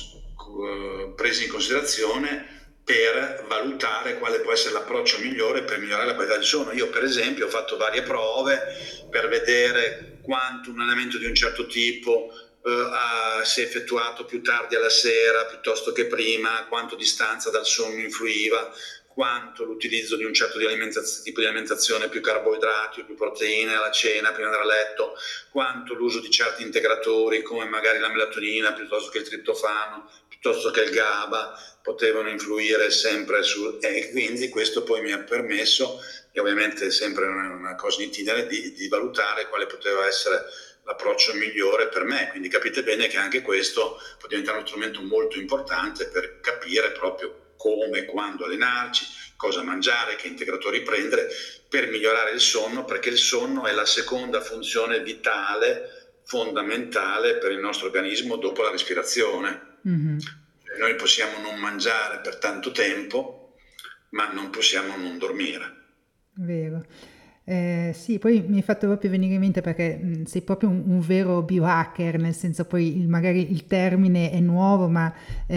presi in considerazione per valutare quale può essere l'approccio migliore per migliorare la qualità del sonno. Io per esempio ho fatto varie prove per vedere quanto un allenamento di un certo tipo si è effettuato più tardi alla sera piuttosto che prima, quanto distanza dal sonno influiva, quanto l'utilizzo di un certo tipo di alimentazione, più carboidrati o più proteine alla cena prima di andare a letto, quanto l'uso di certi integratori come magari la melatonina piuttosto che il triptofano, piuttosto che il GABA, potevano influire sempre e quindi questo poi mi ha permesso, e ovviamente sempre una cosa in itinere, di valutare quale poteva essere l'approccio migliore per me. Quindi capite bene che anche questo può diventare uno strumento molto importante per capire proprio come e quando allenarci, cosa mangiare, che integratori prendere per migliorare il sonno, perché il sonno è la seconda funzione vitale, fondamentale per il nostro organismo dopo la respirazione. mhm. Noi possiamo non mangiare per tanto tempo, ma non possiamo non dormire. Vero. Sì, poi mi hai fatto proprio venire in mente perché sei proprio un vero biohacker, nel senso poi magari il termine è nuovo, ma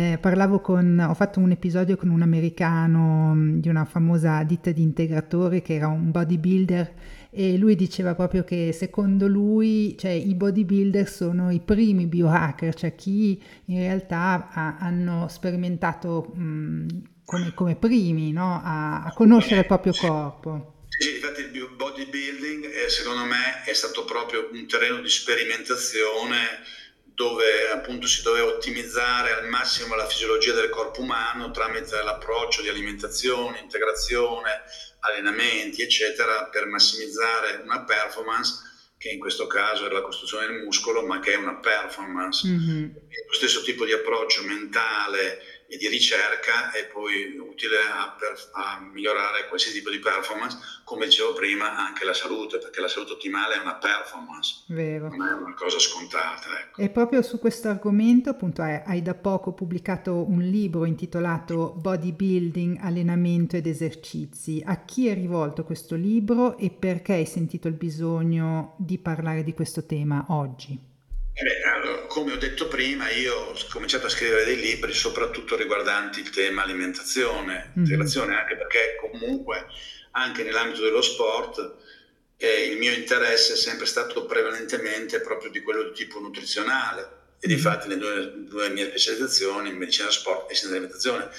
ho fatto un episodio con un americano di una famosa ditta di integratori che era un bodybuilder e lui diceva proprio che secondo lui, cioè, i bodybuilder sono i primi biohacker, cioè chi in realtà hanno sperimentato come primi, no? A conoscere il Assolutamente, proprio sì. corpo. Sì, infatti il bodybuilding secondo me è stato proprio un terreno di sperimentazione dove appunto si doveva ottimizzare al massimo la fisiologia del corpo umano tramite l'approccio di alimentazione, integrazione, allenamenti, eccetera, per massimizzare una performance che in questo caso è la costruzione del muscolo, ma che è una performance. Mhm. Lo stesso tipo di approccio mentale e di ricerca è poi utile a migliorare qualsiasi tipo di performance, come dicevo prima, anche la salute, perché la salute ottimale è una performance, Vero. non è una cosa scontata, ecco. E proprio su questo argomento, appunto, hai da poco pubblicato un libro intitolato Bodybuilding, allenamento ed esercizi. A chi è rivolto questo libro e perché hai sentito il bisogno di parlare di questo tema oggi? Allora, come ho detto prima, io ho cominciato a scrivere dei libri soprattutto riguardanti il tema alimentazione, Mhm. integrazione, anche perché comunque anche nell'ambito dello sport il mio interesse è sempre stato prevalentemente proprio di quello di tipo nutrizionale e Mhm. difatti le due mie specializzazioni, medicina dello sport e scienza dell'alimentazione,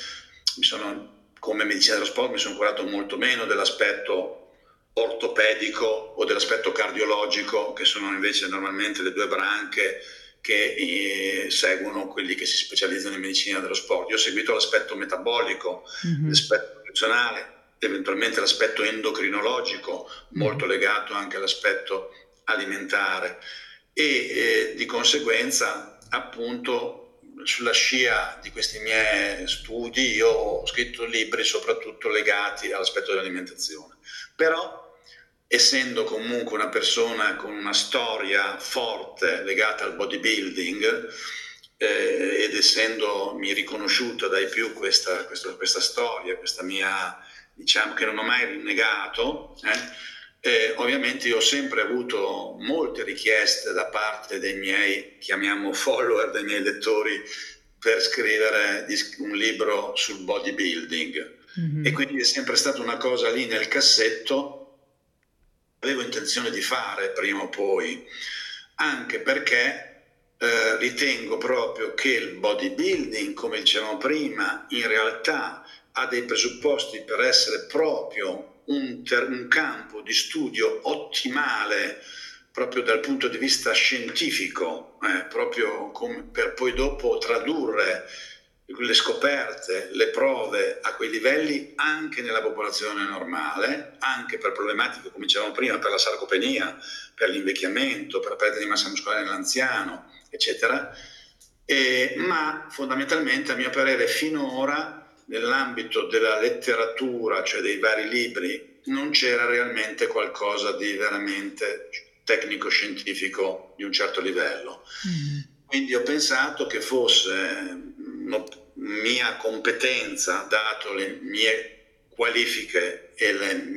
come medicina dello sport mi sono curato molto meno dell'aspetto ortopedico o dell'aspetto cardiologico, che sono invece normalmente le due branche che seguono quelli che si specializzano in medicina dello sport. Io ho seguito l'aspetto metabolico, Mhm. l'aspetto nutrizionale, eventualmente l'aspetto endocrinologico, Mhm. molto legato anche all'aspetto alimentare e di conseguenza appunto sulla scia di questi miei studi io ho scritto libri soprattutto legati all'aspetto dell'alimentazione. Però essendo comunque una persona con una storia forte legata al bodybuilding ed essendomi riconosciuta dai più questa storia, questa mia, diciamo che non ho mai rinnegato, ovviamente io ho sempre avuto molte richieste da parte dei miei, chiamiamo follower, dei miei lettori, per scrivere un libro sul bodybuilding. E Mhm. quindi è sempre stata una cosa lì nel cassetto, avevo intenzione di fare prima o poi, anche perché ritengo proprio che il bodybuilding, come dicevamo prima, in realtà ha dei presupposti per essere proprio un campo di studio ottimale proprio dal punto di vista scientifico, proprio per poi dopo tradurre le scoperte, le prove a quei livelli anche nella popolazione normale, anche per problematiche, come dicevamo prima, per la sarcopenia, per l'invecchiamento, per la perdita di massa muscolare nell'anziano, eccetera. Ma fondamentalmente, a mio parere, finora nell'ambito della letteratura, cioè dei vari libri, non c'era realmente qualcosa di veramente tecnico-scientifico di un certo livello. Mhm. Quindi ho pensato che fosse mia competenza, dato le mie qualifiche e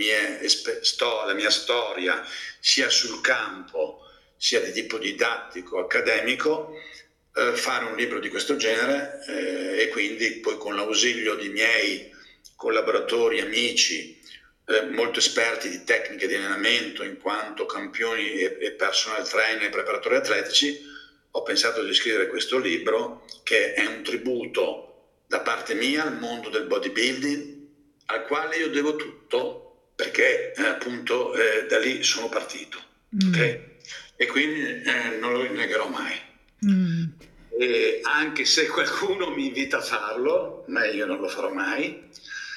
la mia storia, sia sul campo, sia di tipo didattico, accademico, fare un libro di questo genere e quindi poi con l'ausilio di miei collaboratori, amici, molto esperti di tecniche di allenamento in quanto campioni e personal trainer e preparatori atletici, ho pensato di scrivere questo libro che è un tributo da parte mia al mondo del bodybuilding al quale io devo tutto perché appunto da lì sono partito, Mm. ok? E quindi non lo rinnegherò mai. Mm. Anche se qualcuno mi invita a farlo, ma io non lo farò mai,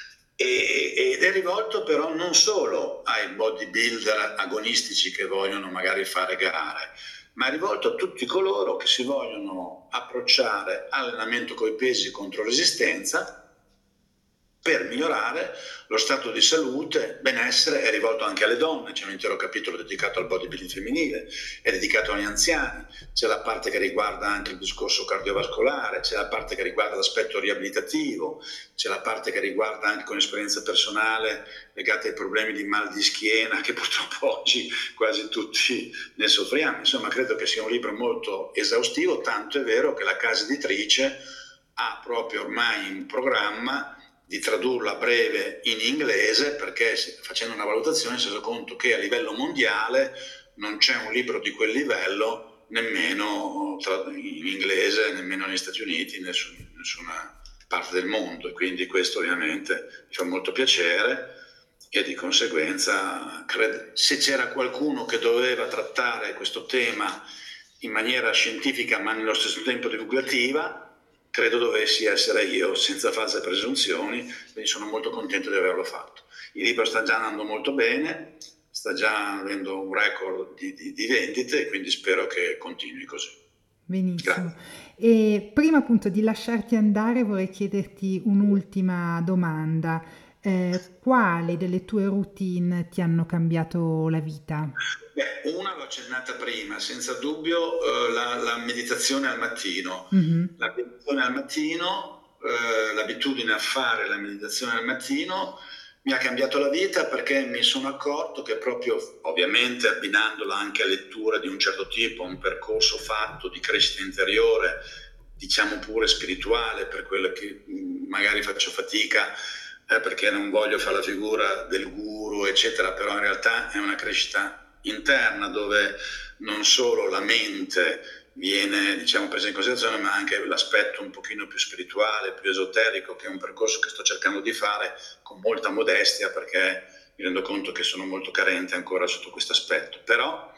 ed è rivolto però non solo ai bodybuilder agonistici che vogliono magari fare gare, ma è rivolto a tutti coloro che si vogliono approcciare all'allenamento coi pesi contro resistenza per migliorare lo stato di salute, benessere. È rivolto anche alle donne, c'è un intero capitolo dedicato al bodybuilding femminile, è dedicato agli anziani, c'è la parte che riguarda anche il discorso cardiovascolare, c'è la parte che riguarda l'aspetto riabilitativo, c'è la parte che riguarda anche con esperienza personale legata ai problemi di mal di schiena, che purtroppo oggi quasi tutti ne soffriamo. Insomma, credo che sia un libro molto esaustivo, tanto è vero che la casa editrice ha proprio ormai in programma di tradurlo a breve in inglese, perché facendo una valutazione si è reso conto che a livello mondiale non c'è un libro di quel livello nemmeno in inglese, nemmeno negli Stati Uniti, in nessuna parte del mondo, e quindi questo ovviamente mi fa molto piacere, e di conseguenza se c'era qualcuno che doveva trattare questo tema in maniera scientifica ma nello stesso tempo divulgativa, credo dovessi essere io, senza false presunzioni, quindi sono molto contento di averlo fatto. Il libro sta già andando molto bene, sta già avendo un record di vendite, quindi spero che continui così. Benissimo. Grazie. E prima appunto di lasciarti andare vorrei chiederti un'ultima domanda. Quali delle tue routine ti hanno cambiato la vita? Beh, una l'ho accennata prima, senza dubbio, la meditazione al mattino. Mhm. La meditazione al mattino, l'abitudine a fare la meditazione al mattino mi ha cambiato la vita, perché mi sono accorto che proprio, ovviamente abbinandola anche a lettura di un certo tipo, un percorso fatto di crescita interiore, diciamo pure spirituale, per quello che magari faccio fatica, perché non voglio fare la figura del guru, eccetera, però in realtà è una crescita interna dove non solo la mente viene, diciamo, presa in considerazione, ma anche l'aspetto un pochino più spirituale, più esoterico, che è un percorso che sto cercando di fare con molta modestia, perché mi rendo conto che sono molto carente ancora sotto questo aspetto. Però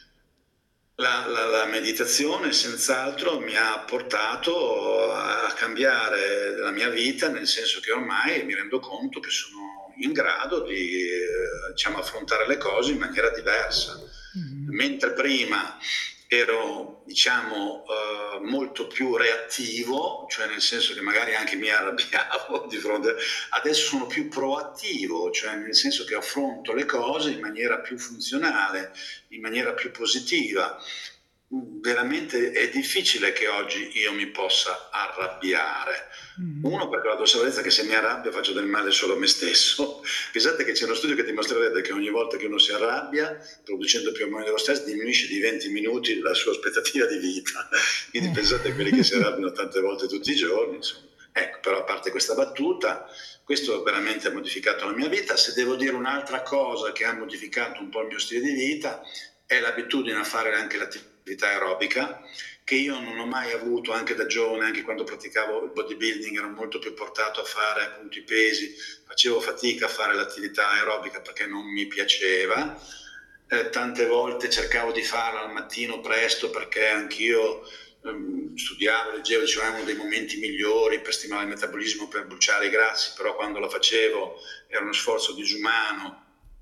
la meditazione senz'altro mi ha portato a cambiare la mia vita, nel senso che ormai mi rendo conto che sono in grado di diciamo, affrontare le cose in maniera diversa. Mhm. Mentre prima ero, diciamo, molto più reattivo, cioè nel senso che magari anche mi arrabbiavo di fronte, adesso sono più proattivo, cioè nel senso che affronto le cose in maniera più funzionale, in maniera più positiva. Veramente è difficile che oggi io mi possa arrabbiare. Mhm. Uno, perché ho la consapevolezza che se mi arrabbio faccio del male solo a me stesso. Pensate che c'è uno studio che dimostrerebbe che ogni volta che uno si arrabbia, producendo più o meno dello stress, diminuisce di 20 minuti la sua aspettativa di vita. Quindi pensate a quelli che si arrabbiano tante volte tutti i giorni. Insomma. Ecco, però a parte questa battuta, questo veramente ha modificato la mia vita. Se devo dire un'altra cosa che ha modificato un po' il mio stile di vita, è l'abitudine a fare anche l'attività aerobica, che io non ho mai avuto, anche da giovane, anche quando praticavo il bodybuilding, ero molto più portato a fare appunto i pesi, facevo fatica a fare l'attività aerobica perché non mi piaceva. Tante volte cercavo di farla al mattino presto, perché anch'io studiavo, leggevo, dicevamo uno dei momenti migliori per stimolare il metabolismo, per bruciare i grassi, però quando lo facevo era uno sforzo disumano,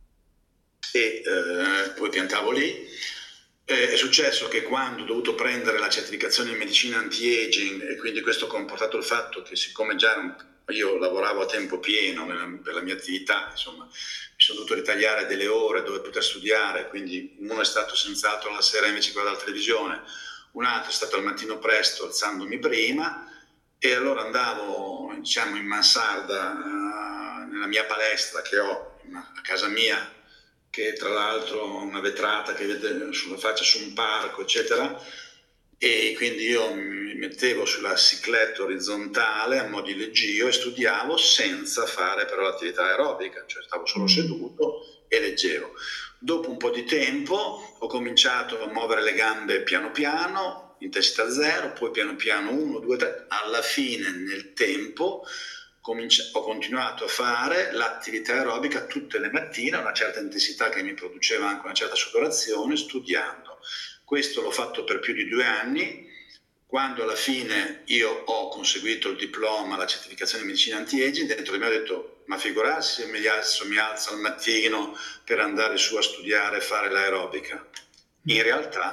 e poi piantavo lì. È successo che quando ho dovuto prendere la certificazione in medicina anti-aging, e quindi questo ha comportato il fatto che, siccome già io lavoravo a tempo pieno per la mia attività, insomma, mi sono dovuto ritagliare delle ore dove poter studiare, quindi uno è stato senz'altro la sera invece quello della televisione, un altro è stato al mattino presto alzandomi prima, e allora andavo, diciamo, in mansarda nella mia palestra che ho a casa mia, che tra l'altro ha una vetrata che vede sulla faccia su un parco, eccetera, e quindi io mi mettevo sulla cicletta orizzontale a mo' di leggio e studiavo senza fare però l'attività aerobica, cioè stavo solo Mm. seduto e leggevo. Dopo un po' di tempo ho cominciato a muovere le gambe piano piano, intensità zero, poi piano piano 1, 2, 3, alla fine nel tempo ho continuato a fare l'attività aerobica tutte le mattine a una certa intensità che mi produceva anche una certa sudorazione, studiando. Questo l'ho fatto per più di 2 anni. Quando alla fine io ho conseguito il diploma, la certificazione di medicina anti-aging, dentro di me ho detto: ma figurarsi se mi alzo al mattino per andare su a studiare e fare l'aerobica. In realtà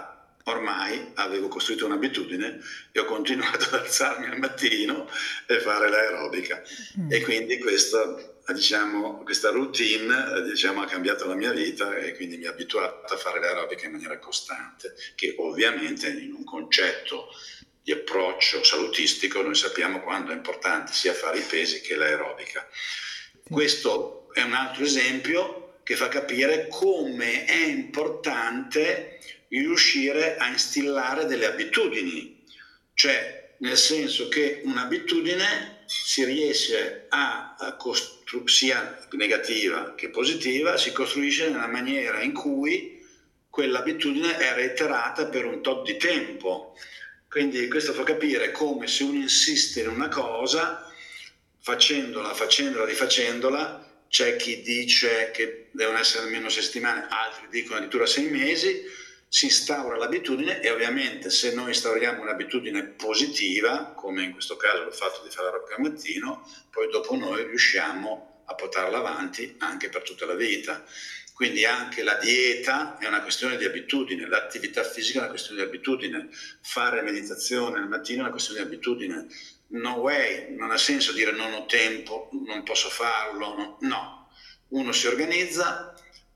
ormai avevo costruito un'abitudine e ho continuato ad alzarmi al mattino e fare l'aerobica. E quindi questa routine ha cambiato la mia vita e quindi mi ha abituato a fare l'aerobica in maniera costante, che ovviamente in un concetto di approccio salutistico noi sappiamo quanto è importante sia fare i pesi che l'aerobica. Questo è un altro esempio che fa capire come è importante riuscire a instillare delle abitudini, cioè nel senso che un'abitudine si riesce sia negativa che positiva, si costruisce nella maniera in cui quell'abitudine è reiterata per un tot di tempo. Quindi questo fa capire come se uno insiste in una cosa, facendola, rifacendola, c'è chi dice che devono essere almeno 6 settimane, altri dicono addirittura 6 mesi, si instaura l'abitudine e ovviamente se noi instauriamo un'abitudine positiva, come in questo caso l'ho fatto di fare l'aerobica al mattino, poi dopo noi riusciamo a portarla avanti anche per tutta la vita. Quindi anche la dieta è una questione di abitudine, l'attività fisica è una questione di abitudine, fare meditazione al mattino è una questione di abitudine. No way, non ha senso dire non ho tempo, non posso farlo, no. Uno si organizza,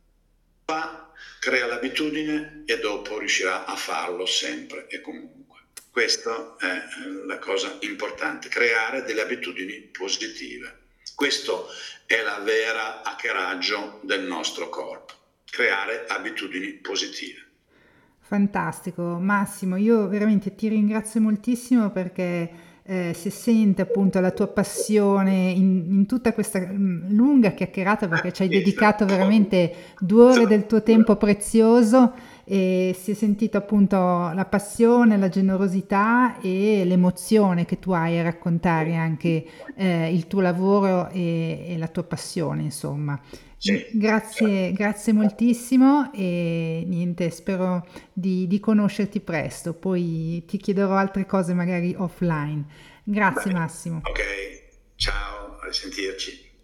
crea l'abitudine e dopo riuscirà a farlo sempre e comunque. Questa è la cosa importante, creare delle abitudini positive. Questo è la vera hackeraggio del nostro corpo, creare abitudini positive. Fantastico, Massimo, io veramente ti ringrazio moltissimo perché si sente appunto la tua passione in tutta questa lunga chiacchierata perché ci hai dedicato veramente 2 ore del tuo tempo prezioso e si è sentito appunto la passione, la generosità e l'emozione che tu hai a raccontare anche il tuo lavoro e la tua passione, insomma. Grazie moltissimo e niente, spero di conoscerti presto, poi ti chiederò altre cose magari offline. Grazie Massimo. Ok, ciao, a risentirci.